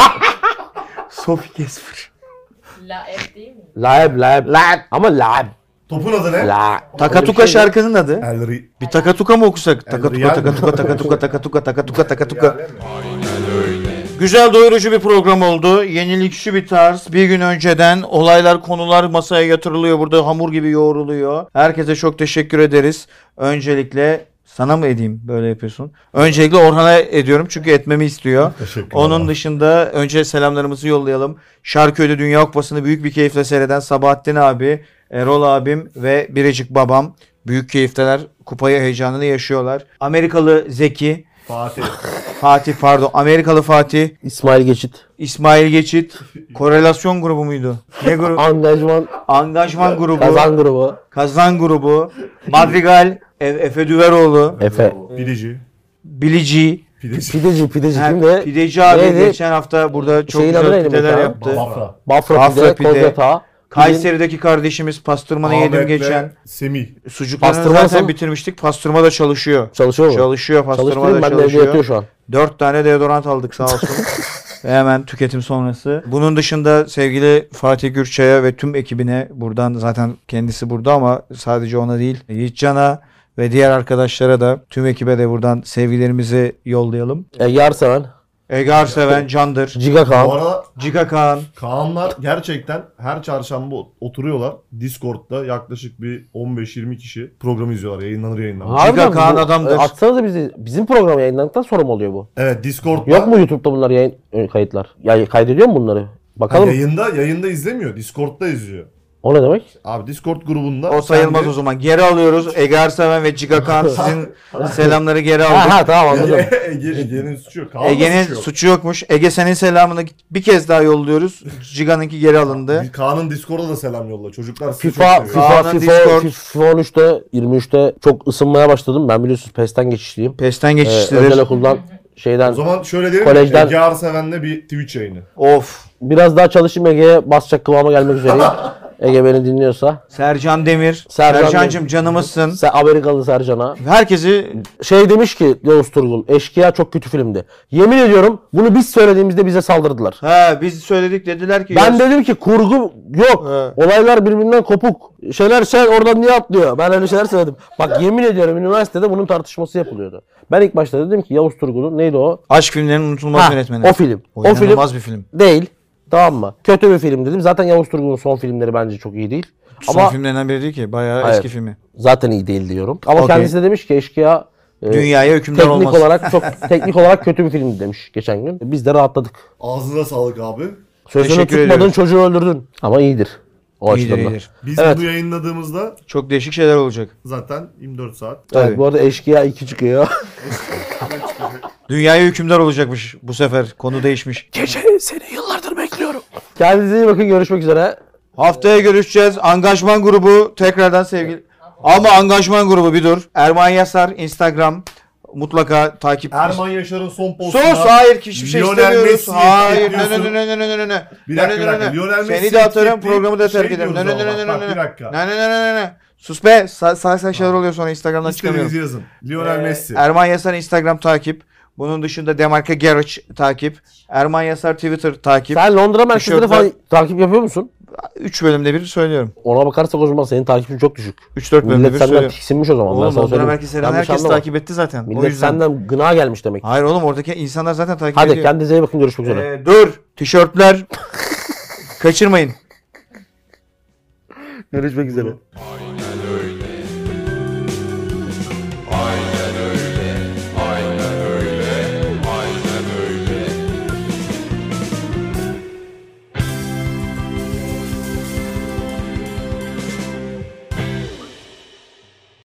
Sophie Casper. La F değil mi? Laeb, Laeb, Laeb. Ama Laeb. topun adı ne? La. Takatuka şarkının adı. Elri. Bir takatuka mı okusak? Takatuka, Real mi? takatuka, takatuka, takatuka, takatuka, takatuka. Aynen öyle. Güzel doyurucu bir program oldu. Yenilikçi bir tarz. Bir gün önceden olaylar, konular masaya yatırılıyor. Burada hamur gibi yoğruluyor. Herkese çok teşekkür ederiz. Öncelikle sana mı edeyim böyle yapıyorsun? Öncelikle Orhan'a ediyorum çünkü etmemi istiyor. Teşekkür Onun ederim. dışında önce selamlarımızı yollayalım. Şarköy'de Dünya Kupası'nı büyük bir keyifle seyreden Sabahattin abi, Erol abim ve Biricik babam büyük keyifteler. Kupayı heyecanını yaşıyorlar. Amerikalı Zeki, Fatih. Fatih pardon, Amerikalı Fatih, İsmail Geçit. İsmail Geçit, korelasyon grubu muydu? Ne grubu? Angajman. Angajman grubu, Kazan grubu. Kazan grubu, Madrigal, E- Efe Düveroğlu, Efe. Bilici. Bilici, Pideci. Pideci, pideci Ha, kimdi? Pideci abi Neydi? geçen hafta burada çok Şeyin adı güzel neydi pideler mesela? yaptı. Bafra. Bafra Bafra pide, pide. Kozeta. Kayseri'deki kardeşimiz pastırmanı yedim Ahmet'le geçen. Semih. Sucuklarını Pastırma zaten nasıl? bitirmiştik. Pastırma da çalışıyor. Çalışıyor mu? Çalışıyor, pastırma Çalıştırayım, da ben de evde çalışıyor. yatıyor şu an. Dört tane deodorant aldık sağ olsun. Ve hemen tüketim sonrası. Bunun dışında sevgili Fatih Gürçay'a ve tüm ekibine buradan zaten kendisi burada ama sadece ona değil Yiğitcan'a ve diğer arkadaşlara da tüm ekibe de buradan sevgilerimizi yollayalım. E, yar seven. Ege Arseven candır. Giga Bu Kaan. arada Ciga Kaan. Kaanlar gerçekten her çarşamba oturuyorlar. Discord'da yaklaşık bir on beş yirmi kişi programı izliyorlar. Yayınlanır yayınlanır. Giga Kaan adamdır. E, atsanıza bizi. Bizim program yayınlandıktan sonra mı oluyor bu? Evet Discord'da. Yok mu YouTube'da bunlar yayın e, kayıtlar? Ya kaydediyor mu bunları? Ha, Bakalım. yayında yayında izlemiyor. Discord'da izliyor. O ne demek? Abi Discord grubunda O sayılmaz kendi- o zaman. Geri alıyoruz. Ege Arseven ve Ciga Kaan sizin selamları geri Ha, aldık. ha tamam anladım. Ege, Ege, Ege'nin suçu yok. Kaan'da Ege'nin suçu yok. suçu yokmuş. Ege senin selamını bir kez daha yolluyoruz. Ciga'nınki geri alındı. Kaan'ın Discord'a da selam yolla. Çocuklar sizi FIFA, çok seviyor. FIFA, Kaan'ın FIFA, Discord. FIFA on üçte, yirmi üçte çok ısınmaya başladım. Ben biliyorsunuz PES'ten geçişliyim. Pesten Ee, geçiştirir. özel okuldan şeyden O zaman şöyle diyelim. Kolejden- Ege Arseven'le bir Twitch yayını. Of. biraz daha çalışayım, Ege'ye basacak kıvama gelmek üzereyim. Ege beni dinliyorsa. Sercan Demir. Sercan Sercan'cım Demir. canımızsın. Sen Amerikalı Sercan'a. Herkesi Şey demiş ki Yavuz Turgul, Eşkıya çok kötü filmdi. Yemin ediyorum bunu biz söylediğimizde bize saldırdılar. ha biz söyledik dediler ki Ben ya- dedim ki kurgu yok. He. Olaylar birbirinden kopuk. Şener Şen oradan niye atlıyor? Ben öyle şeyler söyledim. Bak yemin ediyorum üniversitede bunun tartışması yapılıyordu. Ben ilk başta dedim ki Yavuz Turgul'un neydi o? Aşk filmlerinin unutulmaz Ha, yönetmeni. o film. O, O film inanılmaz bir film. değil. Tamam mı? Kötü bir film dedim. Zaten Yavuz Turgul'un son filmleri bence çok iyi değil. Son Ama filmlerinden biri değil ki. Bayağı Hayır. eski filmi. zaten iyi değil diyorum. Ama Okey. kendisi de demiş ki Eşkıya e, Dünyaya hükümdar teknik olmaz. olarak çok teknik olarak kötü bir filmdi demiş geçen gün. Biz de rahatladık. Ağzına sağlık abi. Sözünü Teşekkür tutmadın, ediyoruz. çocuğu öldürdün. Ama iyidir. O İyidir, açıdan da. iyidir. Biz Evet. bunu yayınladığımızda Çok değişik şeyler olacak. zaten yirmi dört saat. Evet, Tabii. bu arada Eşkıya iki çıkıyor. Dünyaya hükümdar olacakmış bu sefer. Konu değişmiş. Gece seni yıllardır bekliyorum. Kendinize iyi bakın, görüşmek üzere. Haftaya görüşeceğiz. Angajman grubu tekrardan sevgili. Ama angajman grubu bir dur. Erman Yasar Instagram mutlaka takip. Erman Yaşar'ın son postuna Sus hayır hiçbir şey Lionel istemiyoruz. Messi'yi Hayır. Ne ekliyorsun. ne ne ne ne ne ne. Bir dakika, bir dakika. Lionel Seni Messi'yi de atarım, etkileyip programı da şey terk ederim. Ne diyoruz ne ne ama ne bak, ne bak, ne. bir dakika. Ne ne ne ne ne. Sus be. Sa sa şeyler oluyor sonra Instagram'dan çıkamıyorum. İstediğinizi yazın. Lionel Ee, Messi. Erman Yasar Instagram takip. Bunun dışında Demarka Garage takip. Erman Yasar Twitter takip. Sen Londra merkezleri Tişörtler- falan takip yapıyor musun? üç bölümde bir söylüyorum. Ona bakarsak o zaman senin takipçin çok düşük. üç dört bölümde Millet bir senden söylüyorum. tiksinmiş o zaman. ben Oğlum sana Londra söyleyeyim. merkezlerinden Yanlış herkes anlama. takip etti zaten. o Millet yüzden. senden gına gelmiş demek. Hayır oğlum oradaki insanlar zaten takip Hadi ediyor. kendinize iyi bakın, görüşmek üzere. Ee, dur. Tişörtler. Kaçırmayın. Görüşmek üzere.